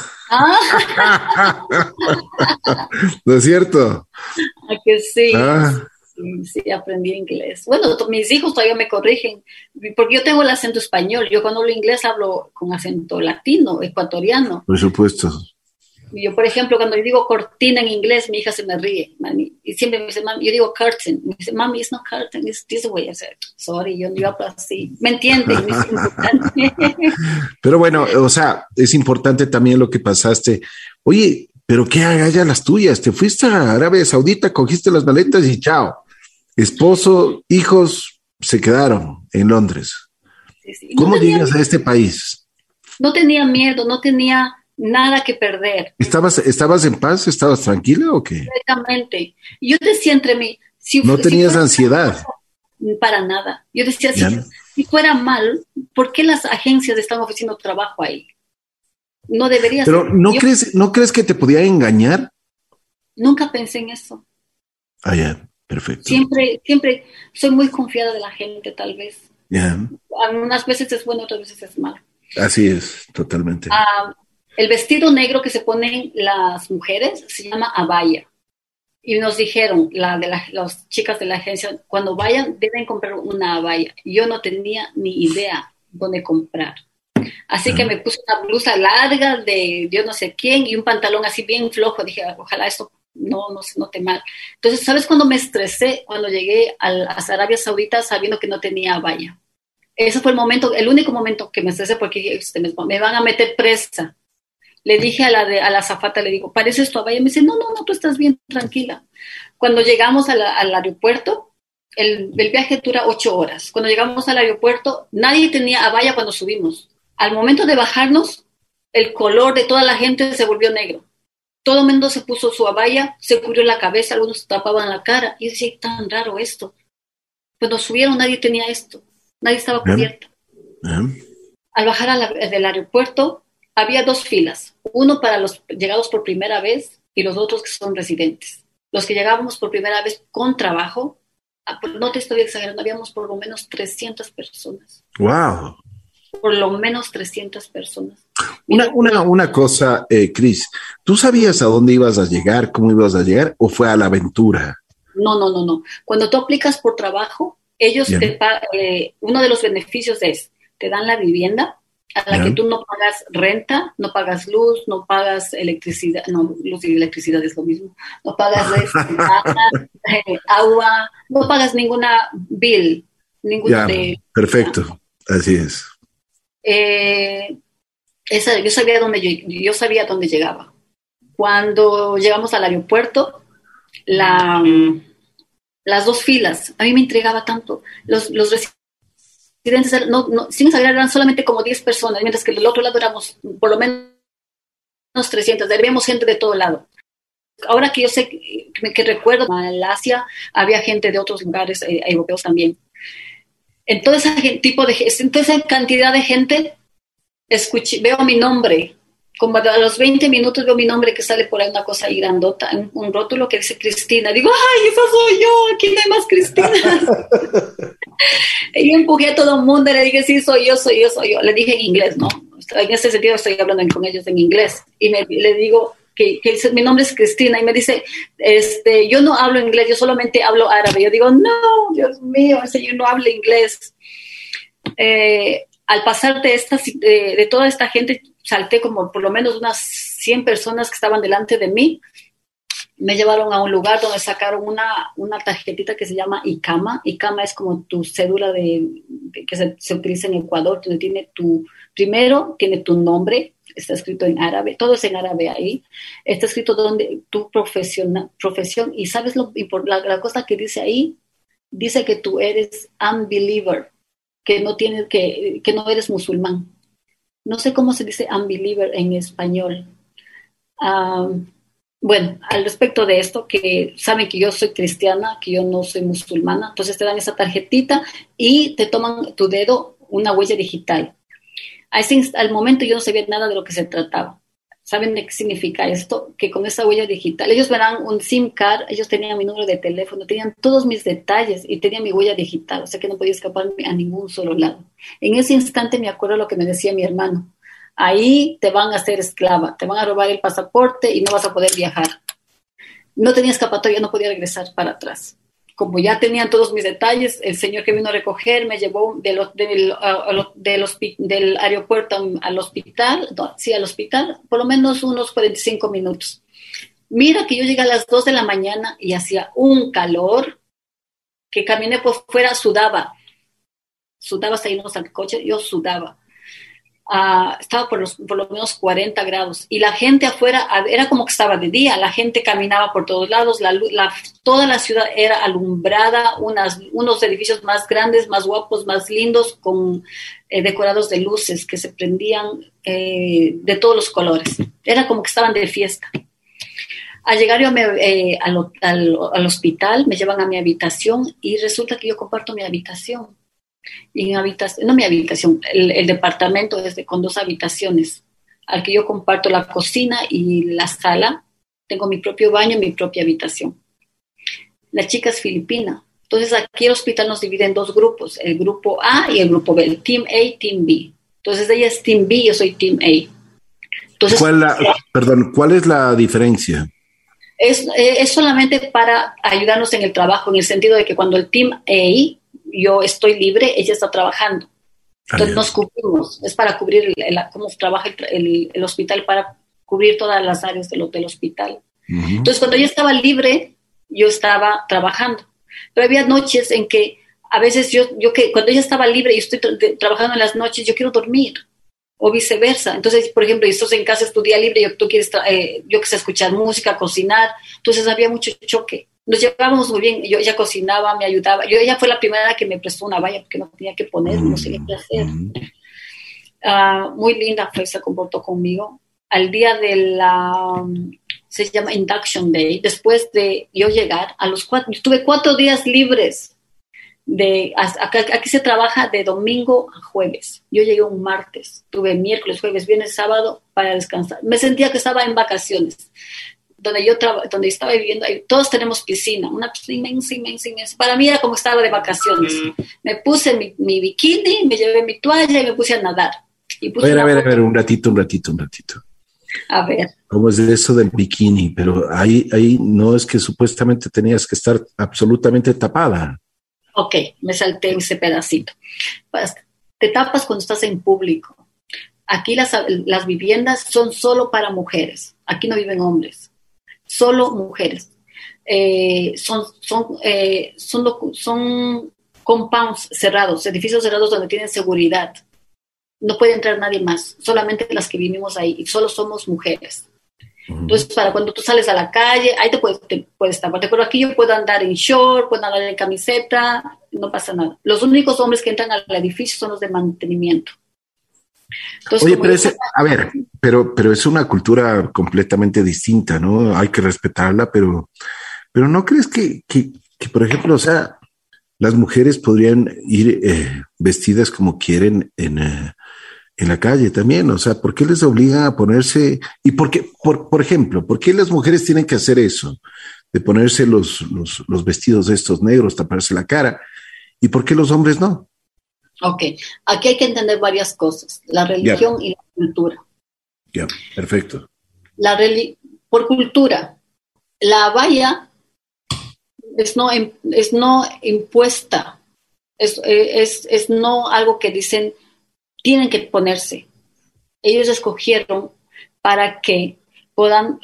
¿No es cierto? ¿A que sí? Sí, aprendí inglés. Bueno, mis hijos todavía me corrigen, porque yo tengo el acento español. Yo cuando hablo inglés hablo con acento latino, ecuatoriano. Por supuesto. Yo, por ejemplo, cuando yo digo cortina en inglés, mi hija se me ríe. Mami, y siempre me dice, mami, yo digo curtain. Me dice, mami, it's not curtain, it's this way. I said, sorry, yo hablo así. ¿Me entiendes? Pero bueno, o sea, es importante también lo que pasaste. Oye, pero ¿qué hagas ya las tuyas? Te fuiste a Arabia Saudita, cogiste las maletas y chao. Esposo, hijos, se quedaron en Londres. Sí. ¿Cómo llegas a este país? No tenía miedo, no tenía nada que perder. ¿Estabas en paz? ¿Estabas tranquila o qué? Completamente. Yo decía entre mí... ¿No tenías ansiedad? Para nada. Yo decía, si fuera mal, ¿por qué las agencias están ofreciendo trabajo ahí? No debería ser. Pero ¿no crees que te podía engañar? Nunca pensé en eso. Ah, ya. Perfecto. Siempre soy muy confiada de la gente, tal vez. Algunas veces es bueno, otras veces es malo. Así es, totalmente. El vestido negro que se ponen las mujeres se llama abaya. Y nos dijeron, las chicas de la agencia, cuando vayan deben comprar una abaya. Yo no tenía ni idea dónde comprar. Así que me puse una blusa larga de yo no sé quién y un pantalón así bien flojo. Dije, ojalá esto no se note mal. Entonces, ¿sabes cuándo me estresé? Cuando llegué a Arabia Saudita sabiendo que no tenía abaya. Ese fue el único momento que me estresé porque me van a meter presa. Le dije a la azafata, le digo, ¿pareces tu abaya? Me dice, no, tú estás bien, tranquila. Cuando llegamos al aeropuerto, el viaje dura 8 horas. Cuando llegamos al aeropuerto, nadie tenía abaya cuando subimos. Al momento de bajarnos, el color de toda la gente se volvió negro. Todo el mundo se puso su abaya, se cubrió la cabeza, algunos se tapaban la cara. Y decía, tan raro esto. Cuando subieron, nadie tenía esto. Nadie estaba cubierto. Al bajar del aeropuerto, había 2 filas. Uno para los llegados por primera vez y los otros que son residentes. Los que llegábamos por primera vez con trabajo, no te estoy exagerando, habíamos por lo menos 300 personas. ¡Wow! Por lo menos 300 personas. Una cosa, Cris, ¿tú sabías a dónde ibas a llegar, cómo ibas a llegar, o fue a la aventura? No. Cuando tú aplicas por trabajo, ellos uno de los beneficios es, te dan la vivienda a la que tú no pagas renta, no pagas luz, no pagas electricidad, no, luz y electricidad es lo mismo, no pagas agua, no pagas ninguna bill, perfecto, así es. Yo sabía dónde llegaba. Cuando llegamos al aeropuerto, las 2 filas, a mí me intrigaba tanto. Los residentes, sin exagerar, eran solamente como 10 personas, mientras que del otro lado éramos por lo menos 300. Habíamos gente de todo lado. Ahora que yo sé que recuerdo, en Malasia había gente de otros lugares europeos también. En toda esa cantidad de gente, veo mi nombre. Como a los 20 minutos veo mi nombre que sale por ahí una cosa ahí grandota, un rótulo que dice Cristina. Digo, ¡ay, esa soy yo! Aquí no hay más Cristina. Y empujé a todo el mundo y le dije, sí, soy yo. Le dije en inglés, ¿no? En ese sentido estoy hablando con ellos en inglés. Y le digo que mi nombre es Cristina. Y me dice, yo no hablo inglés, yo solamente hablo árabe. Yo digo, no, Dios mío, ese yo no hablo inglés. Al pasar de toda esta gente, salté como por lo menos unas 100 personas que estaban delante de mí. Me llevaron a un lugar donde sacaron una tarjetita que se llama ICAMA. ICAMA es como tu cédula que se utiliza en Ecuador, donde primero tiene tu nombre, está escrito en árabe, todo es en árabe ahí. Está escrito donde tu profesión, y ¿sabes la cosa que dice ahí? Dice que tú eres unbeliever, que no eres musulmán. No sé cómo se dice unbeliever en español. Bueno, al respecto de esto, que saben que yo soy cristiana, que yo no soy musulmana, entonces te dan esa tarjetita y te toman tu dedo, una huella digital. Al momento yo no sabía nada de lo que se trataba. ¿Saben de qué significa esto? Que con esa huella digital, ellos me dan un SIM card, ellos tenían mi número de teléfono, tenían todos mis detalles y tenían mi huella digital, o sea que no podía escaparme a ningún solo lado. En ese instante me acuerdo lo que me decía mi hermano. Ahí te van a hacer esclava, te van a robar el pasaporte y no vas a poder viajar. No tenía escapatoria, no podía regresar para atrás. Como ya tenían todos mis detalles, el señor que vino a recoger me llevó del aeropuerto al hospital, al hospital, por lo menos unos 45 minutos. Mira que yo llegué a las 2 de la mañana y hacía un calor que caminé por fuera, sudaba hasta irnos al coche, yo sudaba. Estaba por lo menos 40 grados y la gente afuera era como que estaba de día, la gente caminaba por todos lados, toda la ciudad era alumbrada, unos edificios más grandes, más guapos, más lindos, con decorados de luces que se prendían de todos los colores, era como que estaban de fiesta. Al llegar yo al hospital, me llevan a mi habitación y resulta que yo comparto mi habitación. Y el departamento es con 2 habitaciones, al que yo comparto la cocina y la sala. Tengo mi propio baño, mi propia habitación. La chica es filipina, entonces aquí el hospital nos divide en 2 grupos, el grupo A y el grupo B, el Team A, Team B. Entonces ella es Team B, yo soy Team A. Entonces, ¿cuál es la diferencia? Es solamente para ayudarnos en el trabajo, en el sentido de que cuando el team yo estoy libre, ella está trabajando. Entonces nos cubrimos, es para cubrir cómo trabaja el hospital, para cubrir todas las áreas del hospital. Uh-huh. Entonces cuando ella estaba libre, yo estaba trabajando. Pero había noches en que a veces cuando ella estaba libre y estoy trabajando en las noches, yo quiero dormir. O viceversa. Entonces, por ejemplo, estás en casa, es tu día libre, tú quieres, yo que sé, escuchar música, cocinar. Entonces había mucho choque. Nos llevábamos muy bien. Ella cocinaba, me ayudaba. Ella fue la primera que me prestó una valla porque no tenía que poner, no sé qué hacer. Muy linda se comportó conmigo. Al día de se llama Induction Day, después de yo llegar, yo tuve 4 días libres. Aquí se trabaja de domingo a jueves. Yo llegué un martes, tuve miércoles, jueves, viernes, sábado para descansar. Me sentía que estaba en vacaciones. Donde estaba viviendo, todos tenemos piscina, una piscina inmensa. Para mí era como estaba de vacaciones. Me puse mi bikini, me llevé mi toalla y me puse a nadar. A ver, un ratito. A ver. ¿Cómo es eso del bikini? Pero ahí no es que supuestamente tenías que estar absolutamente tapada. Ok, me salté ese pedacito. Te tapas cuando estás en público. Aquí las viviendas son solo para mujeres. Aquí no viven hombres. Solo mujeres. Son compounds cerrados, edificios cerrados donde tienen seguridad. No puede entrar nadie más. Solamente las que vivimos ahí. Y solo somos mujeres. Entonces, para cuando tú sales a la calle, ahí te puedes taparte. Pero aquí yo puedo andar en short, puedo andar en camiseta, no pasa nada. Los únicos hombres que entran al edificio son los de mantenimiento. Entonces, oye, pero es una cultura completamente distinta, ¿no? Hay que respetarla, pero ¿no crees que por ejemplo, o sea, las mujeres podrían ir vestidas como quieren en la calle también? O sea, ¿por qué les obligan a ponerse? Y por qué, por ejemplo, ¿por qué las mujeres tienen que hacer eso? De ponerse los vestidos estos negros, taparse la cara. ¿Y por qué los hombres no? Ok, aquí hay que entender varias cosas. La religión y la cultura. Perfecto. Por cultura, la valla es no impuesta. Es no algo que dicen tienen que ponerse. Ellos escogieron para que puedan,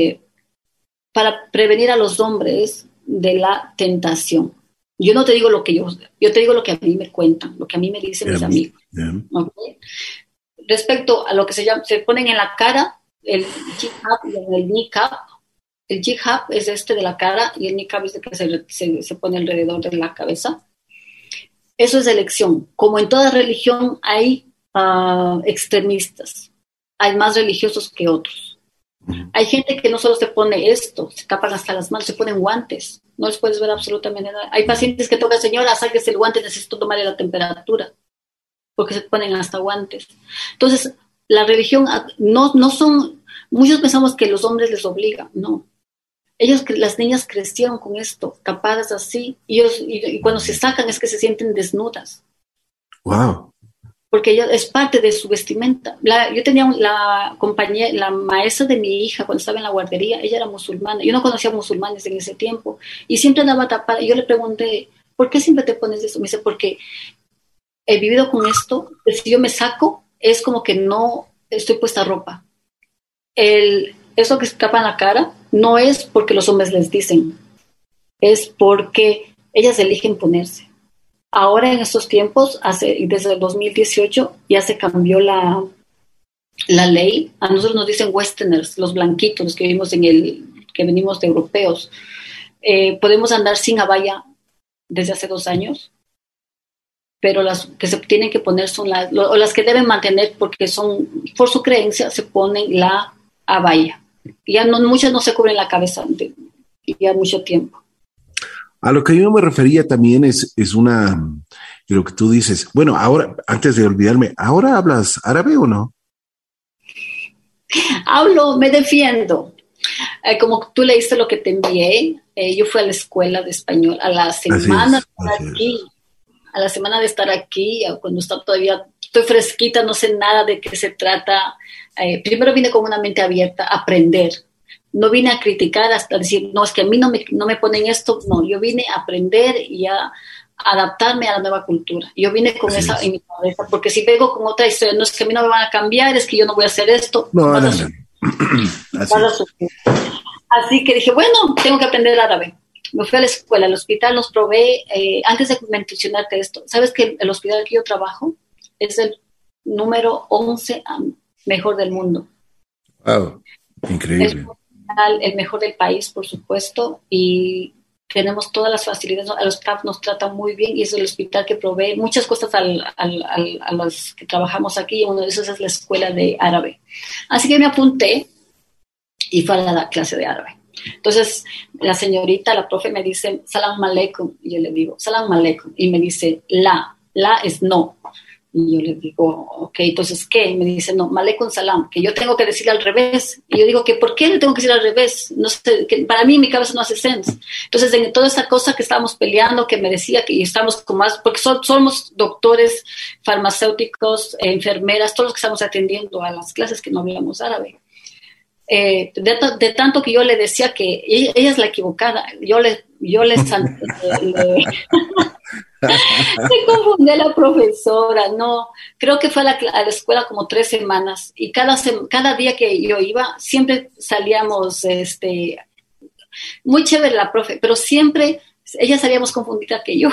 para prevenir a los hombres de la tentación. Yo no te digo lo que yo te digo lo que a mí me cuentan, lo que a mí me dicen mis amigos. ¿Okay? Respecto a lo que se ponen en la cara, el hijab y el niqab. El hijab es de la cara y el niqab es el que se pone alrededor de la cabeza. Eso es elección. Como en toda religión hay extremistas. Hay más religiosos que otros. Hay gente que no solo se pone esto, se tapan hasta las manos, se ponen guantes. No les puedes ver absolutamente nada. Hay pacientes que tocan, señora, sáquese el guante, necesito tomarle la temperatura. Porque se ponen hasta guantes. Entonces, la religión no son... Muchos pensamos que los hombres les obligan. No. Las niñas crecieron con esto, tapadas así, y cuando se sacan es que se sienten desnudas. Wow. Porque ella es parte de su vestimenta. Yo tenía la maestra de mi hija cuando estaba en la guardería, ella era musulmana. Yo no conocía musulmanes en ese tiempo y siempre andaba tapada. Yo le pregunté, ¿por qué siempre te pones eso? Me dice, porque he vivido con esto, que si yo me saco es como que no estoy puesta ropa. Eso que se tapa en la cara no es porque los hombres les dicen, es porque ellas eligen ponerse. Ahora en estos tiempos, desde el 2018, ya se cambió la ley. A nosotros nos dicen westerners, los blanquitos, los que vivimos que venimos de europeos. Podemos andar sin abaya desde hace 2 años, pero las que se tienen que poner son las que deben mantener porque son, por su creencia, se ponen la abaya. Ya muchas no se cubren la cabeza ya mucho tiempo. A lo que yo me refería también es de lo que tú dices. Bueno, ahora, antes de olvidarme, ¿ahora hablas árabe o no? Hablo, me defiendo. Como tú leíste lo que te envié, yo fui a la escuela de español a la semana de estar aquí, cuando todavía estoy fresquita, no sé nada de qué se trata. Primero vine con una mente abierta a aprender, no vine a criticar hasta decir, no, es que a mí no me ponen esto, no, yo vine a aprender y a adaptarme a la nueva cultura. Yo vine con esa en mi cabeza, porque si vengo con otra historia, no es que a mí no me van a cambiar, es que yo no voy a hacer esto. No. Así que dije, bueno, tengo que aprender árabe. Me fui a la escuela, al hospital nos provee, antes de mencionarte esto, ¿sabes que el hospital que yo trabajo es el número 11 mejor del mundo? Wow, increíble. El mejor del país, por supuesto, y tenemos todas las facilidades, a los staff nos tratan muy bien y es el hospital que provee muchas cosas a los que trabajamos aquí, y uno de esos es la escuela de árabe. Así que me apunté y fui a la clase de árabe. Entonces, la señorita, la profe me dice, salam aleikum, y yo le digo, salam aleikum, y me dice, la es no. Y yo le digo, ok, entonces, ¿qué? Y me dice, no, Malecum Salam, que yo tengo que decirle al revés. Y yo digo, que ¿por qué le tengo que decir al revés? No sé, que para mí mi cabeza no hace sense. Entonces, en toda esa cosa que estábamos peleando, que me decía que estamos con más, porque somos doctores, farmacéuticos, enfermeras, todos los que estamos atendiendo a las clases que no hablamos árabe. De tanto que yo le decía que ella es la equivocada, yo le se confundió la profesora, no, creo que fue a la escuela como 3 semanas y cada día que yo iba siempre salíamos, muy chévere la profe, pero siempre ella salía más confundida que yo.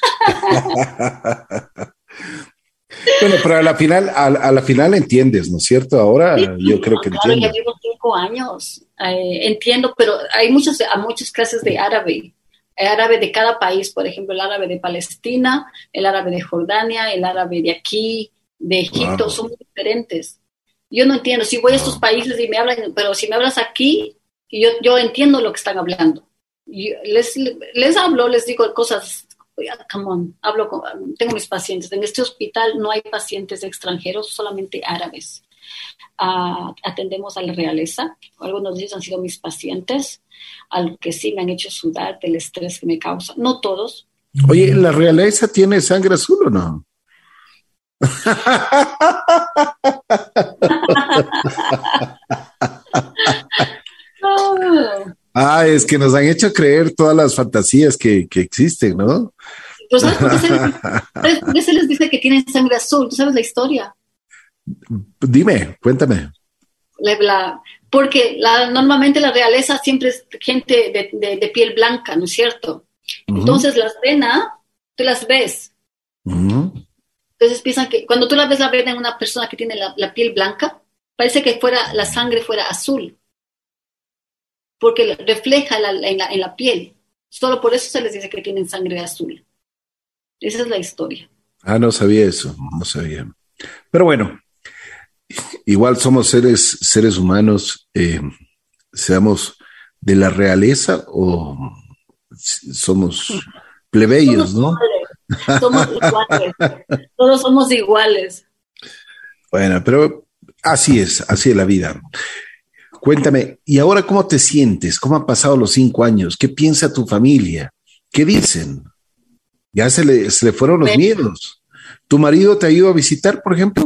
Bueno, pero a la final entiendes, ¿no es cierto? Ahora sí, yo creo que claro, entiendo. Ya llevo 5 años, entiendo, pero hay muchas clases de árabe de cada país, por ejemplo, el árabe de Palestina, el árabe de Jordania, el árabe de aquí, de Egipto, son muy diferentes. Yo no entiendo, si voy a estos países y me hablan, pero si me hablas aquí, yo entiendo lo que están hablando. Les hablo, les digo cosas, come on, tengo mis pacientes. En este hospital no hay pacientes extranjeros, solamente árabes. Atendemos a la realeza, algunos de ellos han sido mis pacientes, al que sí me han hecho sudar del estrés que me causa, no todos. Oye, ¿la realeza tiene sangre azul o no? Es que nos han hecho creer todas las fantasías que existen, ¿no? ¿Pero sabes por qué se les dice que tienen sangre azul? ¿Tú sabes la historia? Dime, cuéntame. Porque normalmente la realeza siempre es gente de piel blanca, ¿no es cierto? Uh-huh. Entonces las venas, tú las ves. Uh-huh. Entonces piensan que cuando tú ves la vena en una persona que tiene la piel blanca, parece que la sangre fuera azul, porque refleja en la piel. Solo por eso se les dice que tienen sangre azul. Esa es la historia. No sabía eso, no sabía. Pero bueno, igual somos seres humanos, seamos de la realeza o somos plebeyos, ¿no? Somos iguales, todos somos iguales. Bueno, pero así es la vida. Cuéntame, ¿y ahora cómo te sientes? ¿Cómo han pasado los 5 años? ¿Qué piensa tu familia? ¿Qué dicen? Ya se le fueron los miedos. ¿Tu marido te ha ido a visitar, por ejemplo?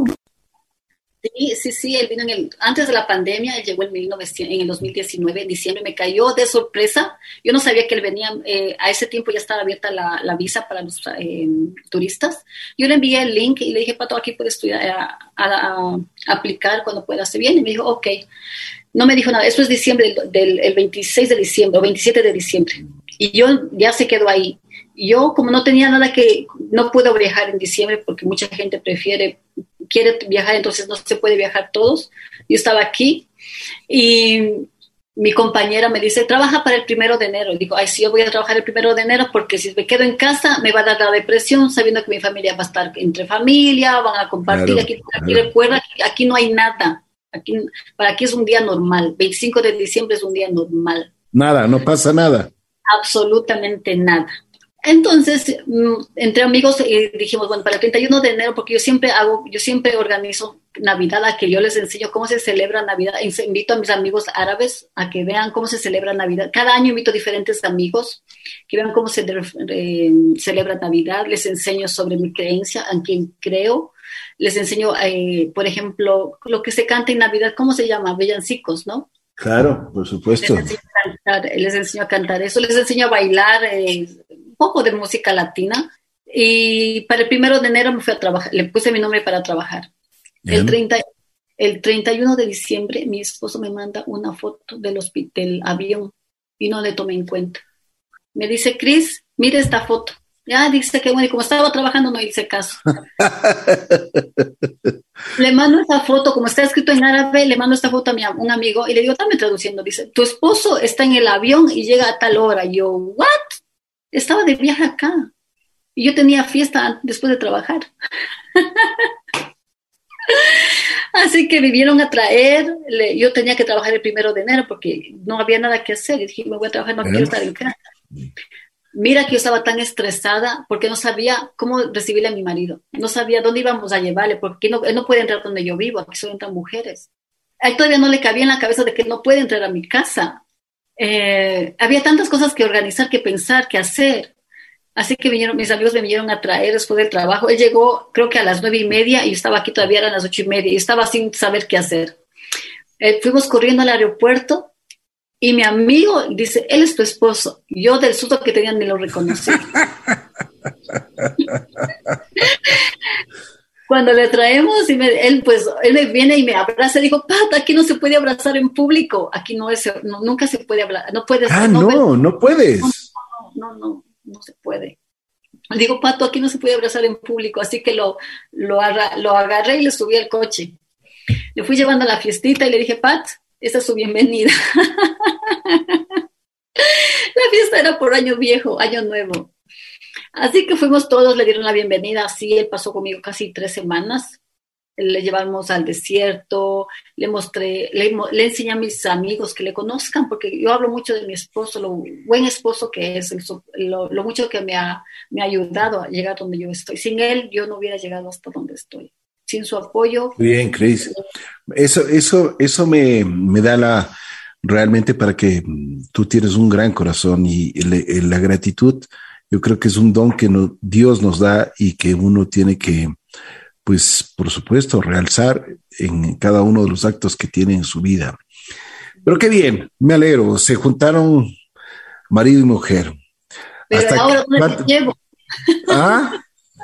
Sí, él vino antes de la pandemia, él llegó en el 2019, en diciembre, me cayó de sorpresa. Yo no sabía que él venía, a ese tiempo ya estaba abierta la visa para los turistas. Yo le envié el link y le dije, Pato, aquí puedes a aplicar cuando puedas. Se viene y me dijo, ok. No me dijo nada, eso es diciembre, el 26 de diciembre o 27 de diciembre. Y yo ya se quedó ahí. Yo, como no tenía nada no puedo viajar en diciembre porque mucha gente quiere viajar, entonces no se puede viajar todos. Yo estaba aquí y mi compañera me dice, trabaja para el 1 de enero. Y digo, sí, yo voy a trabajar el 1 de enero porque si me quedo en casa me va a dar la depresión sabiendo que mi familia va a estar entre familia, van a compartir. Claro, aquí recuerda que aquí no hay nada. Para aquí es un día normal. 25 de diciembre es un día normal. Nada, no pasa nada. Absolutamente nada. Entonces, entre amigos dijimos, bueno, para el 31 de enero, porque yo siempre organizo Navidad, a que yo les enseño cómo se celebra Navidad. Invito a mis amigos árabes a que vean cómo se celebra Navidad. Cada año invito a diferentes amigos que vean cómo se celebra Navidad. Les enseño sobre mi creencia, en quien creo. Les enseño, por ejemplo, lo que se canta en Navidad, ¿cómo se llama? Villancicos, ¿no? Claro, por supuesto. Les enseño a cantar eso, les enseño a bailar un poco de música latina. Y para el 1 de enero me fui a trabajar, le puse mi nombre para trabajar. Bien. El 31 de diciembre mi esposo me manda una foto del avión y no le tomé en cuenta. Me dice, Cris, mire esta foto. Ya, dice que bueno, y como estaba trabajando no hice caso. Le mando esa foto, como está escrito en árabe, le mando esta foto a un amigo y le digo, dame traduciendo. Dice, tu esposo está en el avión y llega a tal hora. Y yo, ¿what? Estaba de viaje acá. Y yo tenía fiesta después de trabajar. Así que me vinieron a traer. Yo tenía que trabajar el 1 de enero porque no había nada que hacer. Y dije, me voy a trabajar, no quiero estar en casa. Mira que yo estaba tan estresada porque no sabía cómo recibirle a mi marido. No sabía dónde íbamos a llevarle porque él no puede entrar donde yo vivo. Aquí solo entran mujeres. A él todavía no le cabía en la cabeza de que él no puede entrar a mi casa. Había tantas cosas que organizar, que pensar, que hacer. Así que mis amigos me vinieron a traer después del trabajo. Él llegó creo que a las 9:30 y yo estaba aquí todavía, eran las 8:30 y estaba sin saber qué hacer. Fuimos corriendo al aeropuerto y mi amigo dice, él es tu esposo. Yo del susto que tenía ni lo reconocí. Cuando le traemos, él me viene y me abraza y dijo, Pata, aquí no se puede abrazar en público. Aquí nunca se puede hablar. No puedes. No puedes. No se puede. Le digo, Pato, aquí no se puede abrazar en público, así que lo agarré y le subí al coche. Le fui llevando a la fiestita y le dije, Pat, esta es su bienvenida. La fiesta era por año viejo, año nuevo. Así que fuimos todos, le dieron la bienvenida, así él pasó conmigo casi 3 semanas. Le llevamos al desierto, le enseñé a mis amigos que le conozcan, porque yo hablo mucho de mi esposo, lo buen esposo que es, lo mucho que me ha ayudado a llegar donde yo estoy. Sin él, yo no hubiera llegado hasta donde estoy. Sin su apoyo. Bien, Cris. Eso me da realmente para que tú tienes un gran corazón y la gratitud, yo creo que es un don que Dios nos da y que uno tiene que, pues, por supuesto, realzar en cada uno de los actos que tiene en su vida. Pero qué bien, me alegro, se juntaron marido y mujer. Pero ahora, ¿dónde te llevo? ¿Ah?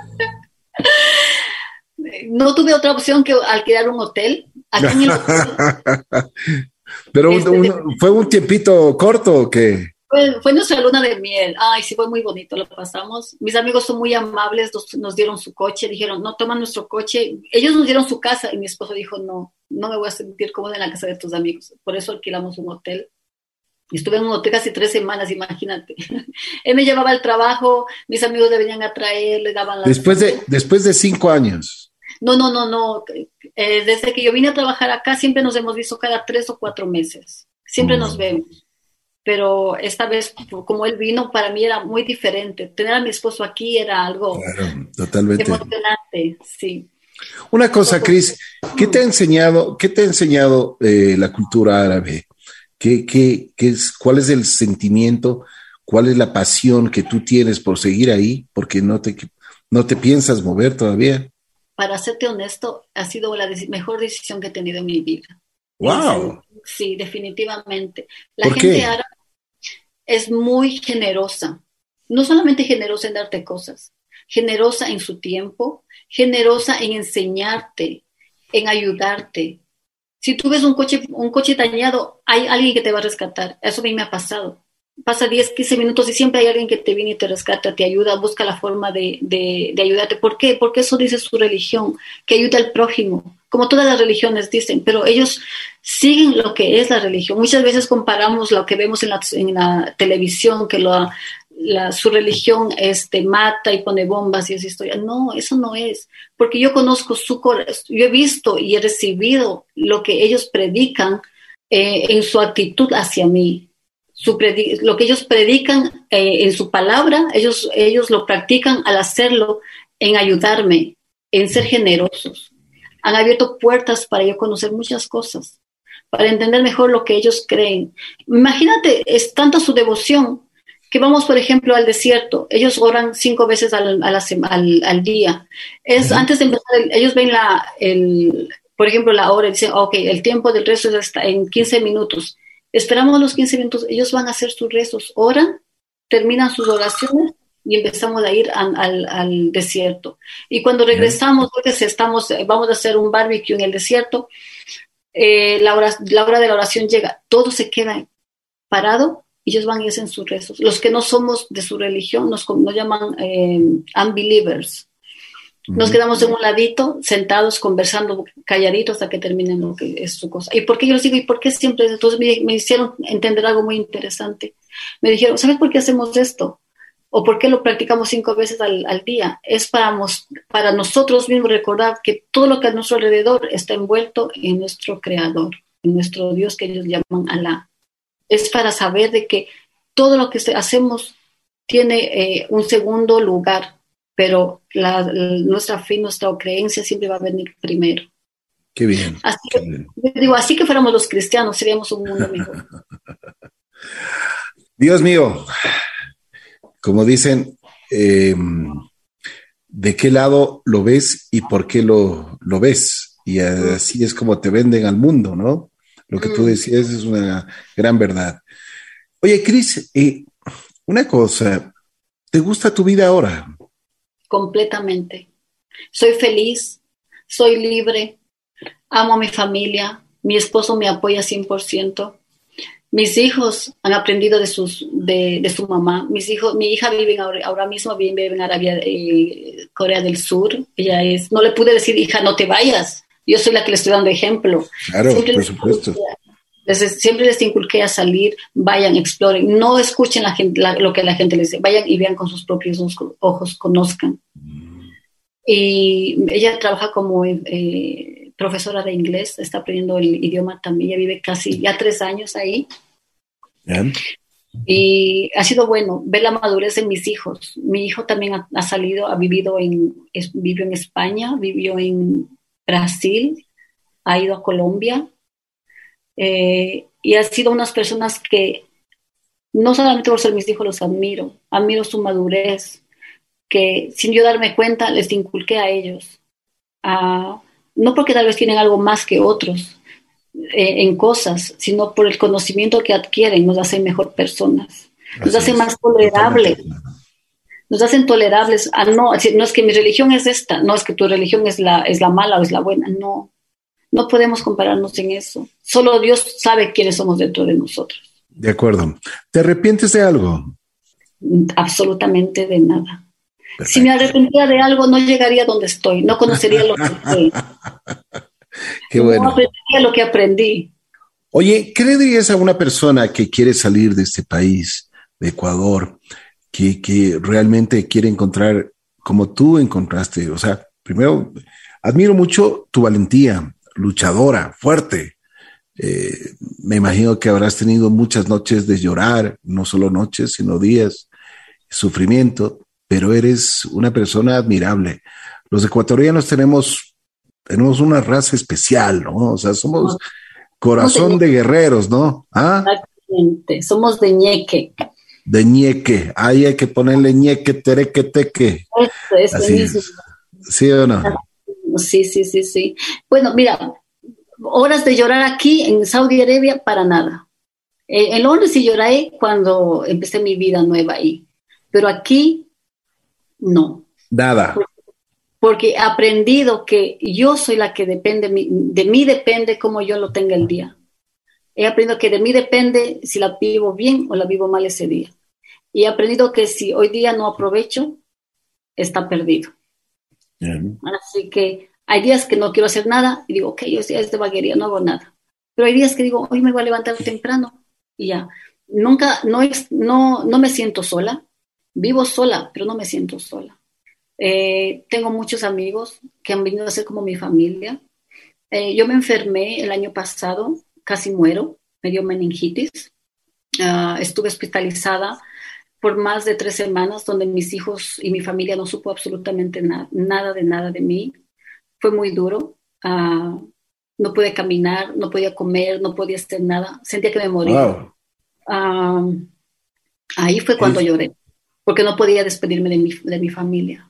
No tuve otra opción que alquilar un hotel. Aquí en el hotel. Pero ¿fue un tiempito corto o qué? Fue nuestra luna de miel. Ay, sí, fue muy bonito, lo pasamos. Mis amigos son muy amables, nos dieron su coche, dijeron, no, toma nuestro coche. Ellos nos dieron su casa y mi esposo dijo, no me voy a sentir cómoda en la casa de tus amigos. Por eso alquilamos un hotel. Y estuve en un hotel casi 3 semanas, imagínate. Él me llevaba al trabajo, mis amigos le venían a traer, le daban las... Después de 5 años. No. Desde que yo vine a trabajar acá, siempre nos hemos visto cada 3 o 4 meses. Siempre nos vemos. Pero esta vez, como él vino, para mí era muy diferente. Tener a mi esposo aquí era algo totalmente emocionante, sí. Una cosa, Cris, ¿qué te ha enseñado la cultura árabe? ¿Cuál es el sentimiento? ¿Cuál es la pasión que tú tienes por seguir ahí? Porque no te piensas mover todavía. Para serte honesto, ha sido la mejor decisión que he tenido en mi vida. ¡Wow! Sí, definitivamente. La gente árabe es muy generosa. No solamente generosa en darte cosas, generosa en su tiempo, generosa en enseñarte, en ayudarte. Si tú ves un coche dañado, hay alguien que te va a rescatar. Eso a mí me ha pasado. Pasa 10, 15 minutos y siempre hay alguien que te viene y te rescata, te ayuda, busca la forma de ayudarte. ¿Por qué? Porque eso dice su religión, que ayuda al prójimo, como todas las religiones dicen, pero ellos siguen lo que es la religión. Muchas veces comparamos lo que vemos en la televisión, que su religión mata y pone bombas y esa historia. No, eso no es, porque yo conozco yo he visto y he recibido lo que ellos predican en su actitud hacia mí. Lo que ellos predican en su palabra, ellos lo practican al hacerlo, en ayudarme, en ser generosos. Han abierto puertas para yo conocer muchas cosas, para entender mejor lo que ellos creen. Imagínate, es tanta su devoción que vamos, por ejemplo, al desierto. Ellos oran 5 veces al día. Antes de empezar, ellos ven por ejemplo, la hora y dicen, ok, el tiempo del resto está en 15 minutos. Esperamos los 15 minutos, ellos van a hacer sus rezos, oran, terminan sus oraciones y empezamos a ir al desierto. Y cuando regresamos, vamos a hacer un barbecue en el desierto, la hora de la oración llega, todo se queda parado, ellos van y hacen sus rezos. Los que no somos de su religión nos llaman unbelievers. Nos quedamos en un ladito, sentados, conversando, calladitos hasta que terminen lo que es su cosa. ¿Y por qué yo les digo? ¿Y por qué siempre? Entonces me hicieron entender algo muy interesante. Me dijeron, ¿sabes por qué hacemos esto? ¿O por qué lo practicamos 5 veces al día? Es para nosotros mismos recordar que todo lo que a nuestro alrededor está envuelto en nuestro Creador, en nuestro Dios que ellos llaman Alá. Es para saber de que todo lo que hacemos tiene un segundo lugar, pero nuestra fe, nuestra creencia siempre va a venir primero. Qué bien. Así que fuéramos los cristianos, seríamos un mundo mejor. Dios mío, como dicen, ¿de qué lado lo ves y por qué lo ves? Y así es como te venden al mundo, ¿no? Lo que tú decías es una gran verdad. Oye, Cris, una cosa, ¿te gusta tu vida ahora? Completamente. Soy feliz, soy libre, amo a mi familia, mi esposo me apoya 100%. Mis hijos han aprendido de su mamá. Mi hija vive ahora mismo vive en Arabia, Corea del Sur. No le pude decir, hija, no te vayas. Yo soy la que le estoy dando ejemplo. Claro, por supuesto. Siempre les inculqué a salir, vayan, exploren, no escuchen lo que la gente les dice, vayan y vean con sus propios ojos, conozcan. Y ella trabaja como profesora de inglés, está aprendiendo el idioma también, ella vive casi ya 3 años ahí. Bien. Y ha sido bueno ver la madurez de mis hijos. Mi hijo también ha salido, vivió en España, vivió en Brasil, ha ido a Colombia. Y han sido unas personas que no solamente por ser mis hijos los admiro su madurez, que sin yo darme cuenta les inculqué a ellos, no porque tal vez tienen algo más que otros en cosas, sino por el conocimiento que adquieren, nos hacen mejor personas, nos hacen más tolerables, nos hacen tolerables a no es que mi religión es esta, no es que tu religión es la mala o es la buena, no podemos compararnos en eso. Solo Dios sabe quiénes somos dentro de nosotros. De acuerdo. ¿Te arrepientes de algo? Absolutamente de nada. Perfecto. Si me arrepentía de algo, no llegaría donde estoy, no conocería lo que soy. Qué bueno. No aprendería lo que aprendí. Oye, ¿qué le dirías a una persona que quiere salir de este país, de Ecuador, que realmente quiere encontrar como tú encontraste? O sea, primero, admiro mucho tu valentía, luchadora, fuerte. Me imagino que habrás tenido muchas noches de llorar, no solo noches, sino días, sufrimiento, pero eres una persona admirable. Los ecuatorianos tenemos una raza especial, ¿no? O sea, somos corazón de guerreros, ¿no? ¿Ah? Exactamente, somos de ñeque. De ñeque, ahí hay que ponerle ñeque, tereque, teque. Eso mismo. ¿Sí o no? Sí. Bueno, mira, horas de llorar aquí en Saudi Arabia, para nada. En Londres sí lloré cuando empecé mi vida nueva ahí, pero aquí no. Nada. Porque he aprendido que yo soy la que depende, de mí depende cómo yo lo tenga el día. He aprendido que de mí depende si la vivo bien o la vivo mal ese día. Y he aprendido que si hoy día no aprovecho, está perdido. Así que hay días que no quiero hacer nada y digo, ok, hoy día es de vaguería, no hago nada. Pero hay días que digo, hoy me voy a levantar temprano y ya. No me siento sola. Vivo sola, pero no me siento sola. Tengo muchos amigos que han venido a ser como mi familia. Yo me enfermé el año pasado, casi muero, me dio meningitis. Estuve hospitalizada por más de 3 semanas, donde mis hijos y mi familia no supo absolutamente nada de mí. Fue muy duro. No pude caminar, no podía comer, no podía hacer nada. Sentía que me moría. Wow. Ahí fue cuando lloré, porque no podía despedirme de mi familia.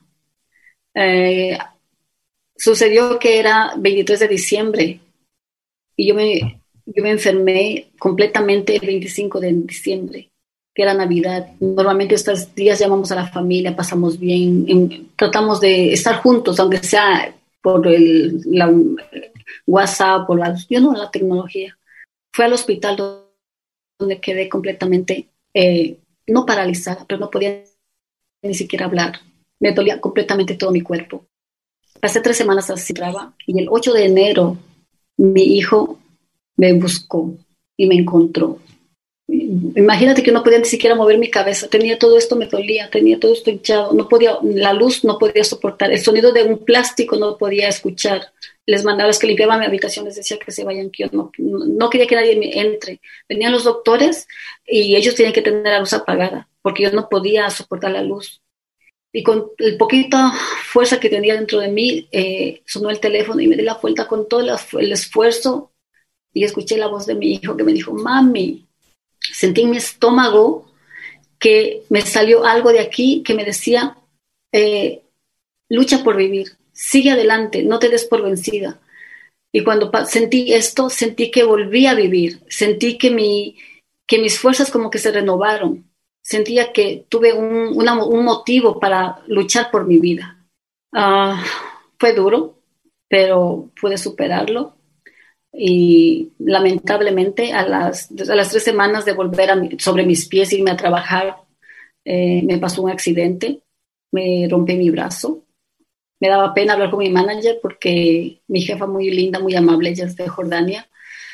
Sucedió que era 23 de diciembre y yo yo me enfermé completamente el 25 de diciembre, que era Navidad. Normalmente estos días llamamos a la familia, pasamos bien, tratamos de estar juntos, aunque sea por la WhatsApp, por la tecnología. Fue al hospital donde quedé completamente, no paralizada, pero no podía ni siquiera hablar. Me dolía completamente todo mi cuerpo. Pasé 3 semanas así, y el 8 de enero mi hijo me buscó y me encontró. Imagínate que no podía ni siquiera mover mi cabeza, tenía todo esto, me dolía, tenía todo esto hinchado, no podía, la luz no podía soportar, el sonido de un plástico no podía escuchar. Les mandaba, los que limpiaban mi habitación, les decía que se vayan, que yo no quería que nadie me entre. Venían los doctores y ellos tenían que tener la luz apagada, porque yo no podía soportar la luz. Y con el poquita fuerza que tenía dentro de mí, sonó el teléfono y me di la vuelta con todo el esfuerzo y escuché la voz de mi hijo que me dijo, mami. Sentí en mi estómago que me salió algo de aquí que me decía, lucha por vivir, sigue adelante, no te des por vencida. Y cuando sentí esto, sentí que volví a vivir, sentí que mis fuerzas como que se renovaron, sentía que tuve un motivo para luchar por mi vida. Fue duro, pero pude superarlo. Y lamentablemente a las 3 semanas de volver sobre mis pies, irme a trabajar, me pasó un accidente, me rompí mi brazo. Me daba pena hablar con mi manager porque mi jefa muy linda, muy amable, ella es de Jordania.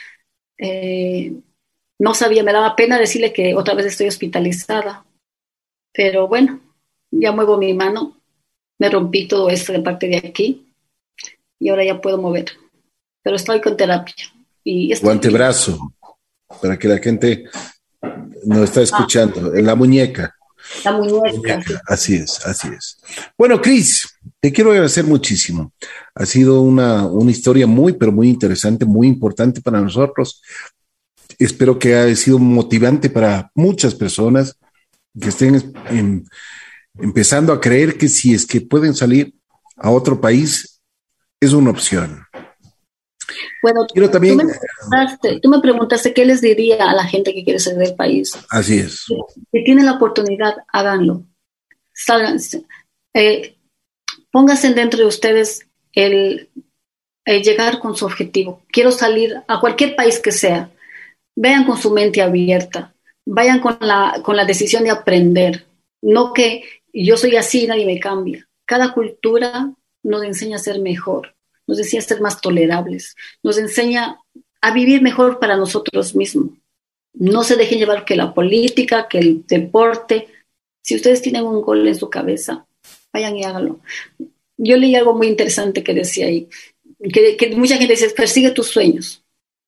No sabía, me daba pena decirle que otra vez estoy hospitalizada. Pero bueno, ya muevo mi mano, me rompí todo esto de parte de aquí y ahora ya puedo mover. Pero estoy con terapia. Tu antebrazo, para que la gente no está escuchando, en la muñeca. La muñeca. Sí. Así es, así es. Bueno, Cris, te quiero agradecer muchísimo. Ha sido una historia muy, pero muy interesante, muy importante para nosotros. Espero que haya sido motivante para muchas personas que estén empezando a creer que si es que pueden salir a otro país, es una opción. Bueno, también, tú me preguntaste qué les diría a la gente que quiere salir del país. Así es. Si tienen la oportunidad, háganlo. Sálganse. Pónganse dentro de ustedes el llegar con su objetivo. Quiero salir a cualquier país que sea. Vean con su mente abierta. Vayan con la decisión de aprender. No que yo soy así y nadie me cambia. Cada cultura nos enseña a ser mejor. Nos enseña a ser más tolerables, nos enseña a vivir mejor para nosotros mismos. No se dejen llevar que la política, que el deporte. Si ustedes tienen un gol en su cabeza, vayan y háganlo. Yo leí algo muy interesante que decía ahí, que mucha gente dice, persigue tus sueños.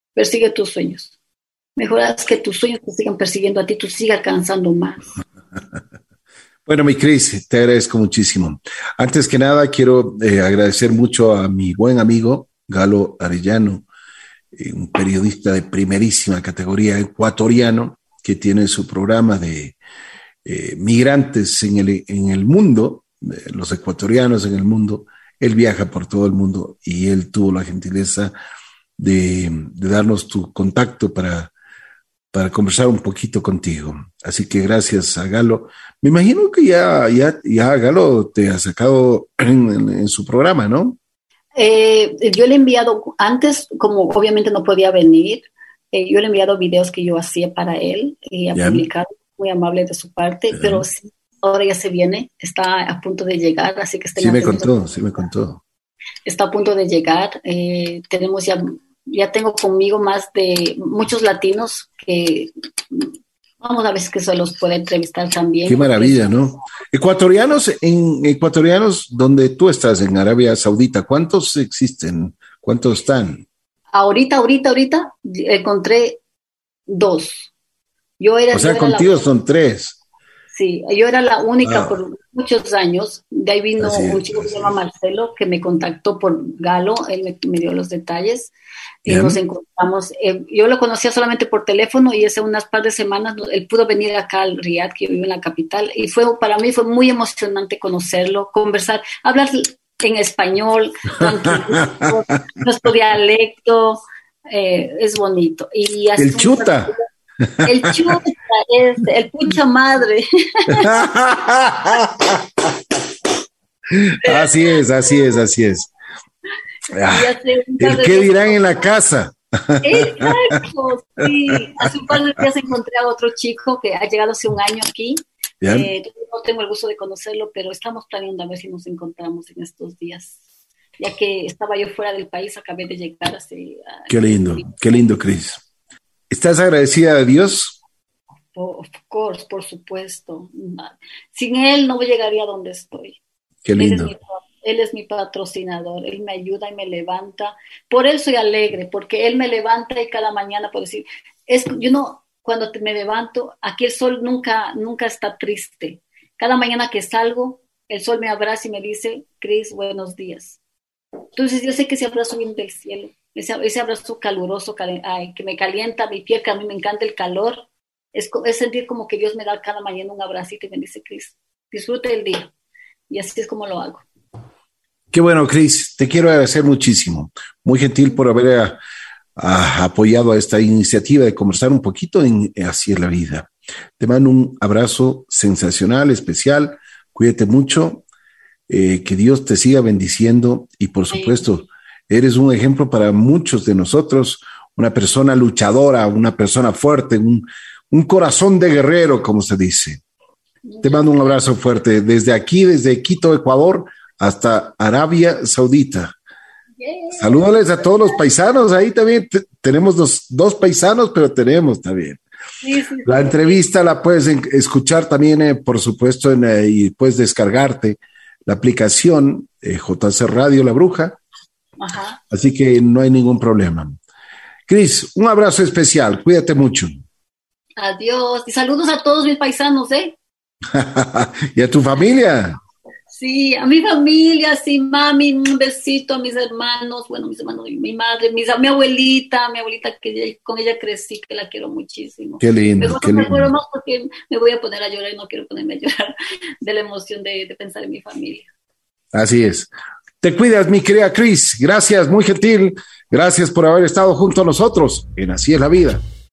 Mejor haz que tus sueños te sigan persiguiendo a ti, tú sigas alcanzando más. Bueno, mi Cris, te agradezco muchísimo. Antes que nada, quiero agradecer mucho a mi buen amigo Galo Arellano, un periodista de primerísima categoría ecuatoriano que tiene su programa de migrantes en el mundo, los ecuatorianos en el mundo. Él viaja por todo el mundo y él tuvo la gentileza de darnos tu contacto para conversar un poquito contigo. Así que gracias a Galo. Me imagino que ya Galo te ha sacado en su programa, ¿no? Yo le he enviado, antes, como obviamente no podía venir, yo le he enviado videos que yo hacía para él y ha publicado, muy amable de su parte, pero sí, ahora ya se viene, está a punto de llegar, así que sí me contó. Está a punto de llegar, tenemos ya tengo conmigo más de muchos latinos que vamos a ver si se los puede entrevistar también. Qué maravilla, ¿no? Ecuatorianos donde tú estás, en Arabia Saudita, ¿cuántos existen? ¿Cuántos están? Ahorita encontré 2. Contigo son 3. Sí, yo era la única por muchos años. De ahí vino un chico que se llama Marcelo, que me contactó por Galo, él me dio los detalles y nos encontramos. Yo lo conocía solamente por teléfono y hace unas par de semanas él pudo venir acá al Riyadh, que yo vivo en la capital, y para mí fue muy emocionante conocerlo, conversar, hablar en español, nuestro dialecto. Es bonito. Y El chuta. El chuta es el pucha madre. Así es. El qué dirán en la casa. Exacto, sí. Hace un par de días encontré a otro chico que ha llegado hace un año aquí. No tengo el gusto de conocerlo, pero estamos planeando a ver si nos encontramos en estos días. Ya que estaba yo fuera del país, acabé de llegar hace... Qué lindo, Cris. ¿Estás agradecida a Dios? Of course, por supuesto. Sin él no llegaría a donde estoy. Qué lindo. Él es mi patrocinador, él me ayuda y me levanta. Por él soy alegre, porque él me levanta y cada mañana puedo decir, cuando me levanto, aquí el sol nunca está triste. Cada mañana que salgo, el sol me abraza y me dice, Cris, buenos días. Entonces yo sé que ese abrazo viene del cielo, ese abrazo caluroso que me calienta mi piel, que a mí me encanta el calor, es sentir como que Dios me da cada mañana un abracito y me dice, Cris, disfrute el día. Y así es como lo hago. Qué bueno, Cris, te quiero agradecer muchísimo. Muy gentil por haber apoyado a esta iniciativa de conversar un poquito en Así es la vida. Te mando un abrazo sensacional, especial. Cuídate mucho. Que Dios te siga bendiciendo y por supuesto eres un ejemplo para muchos de nosotros, una persona luchadora, una persona fuerte, un corazón de guerrero, como se dice. Te mando un abrazo fuerte desde aquí, desde Quito, Ecuador, hasta Arabia Saudita. Salúdales a todos los paisanos, ahí también tenemos dos paisanos, pero tenemos también. Sí. La entrevista la puedes escuchar también, por supuesto, y puedes descargarte la aplicación JC Radio La Bruja. Ajá. Así que no hay ningún problema. Cris, un abrazo especial, cuídate mucho. Adiós, y saludos a todos mis paisanos, y a tu familia. Sí, a mi familia, sí, mami, un besito a mis hermanos, mi madre, mi abuelita que con ella crecí, que la quiero muchísimo. Qué lindo, qué lindo. Me acuerdo más porque me voy a poner a llorar y no quiero ponerme a llorar de la emoción de pensar en mi familia. Así es. Te cuidas, mi querida Cris. Gracias, muy gentil. Gracias por haber estado junto a nosotros en Así es la vida.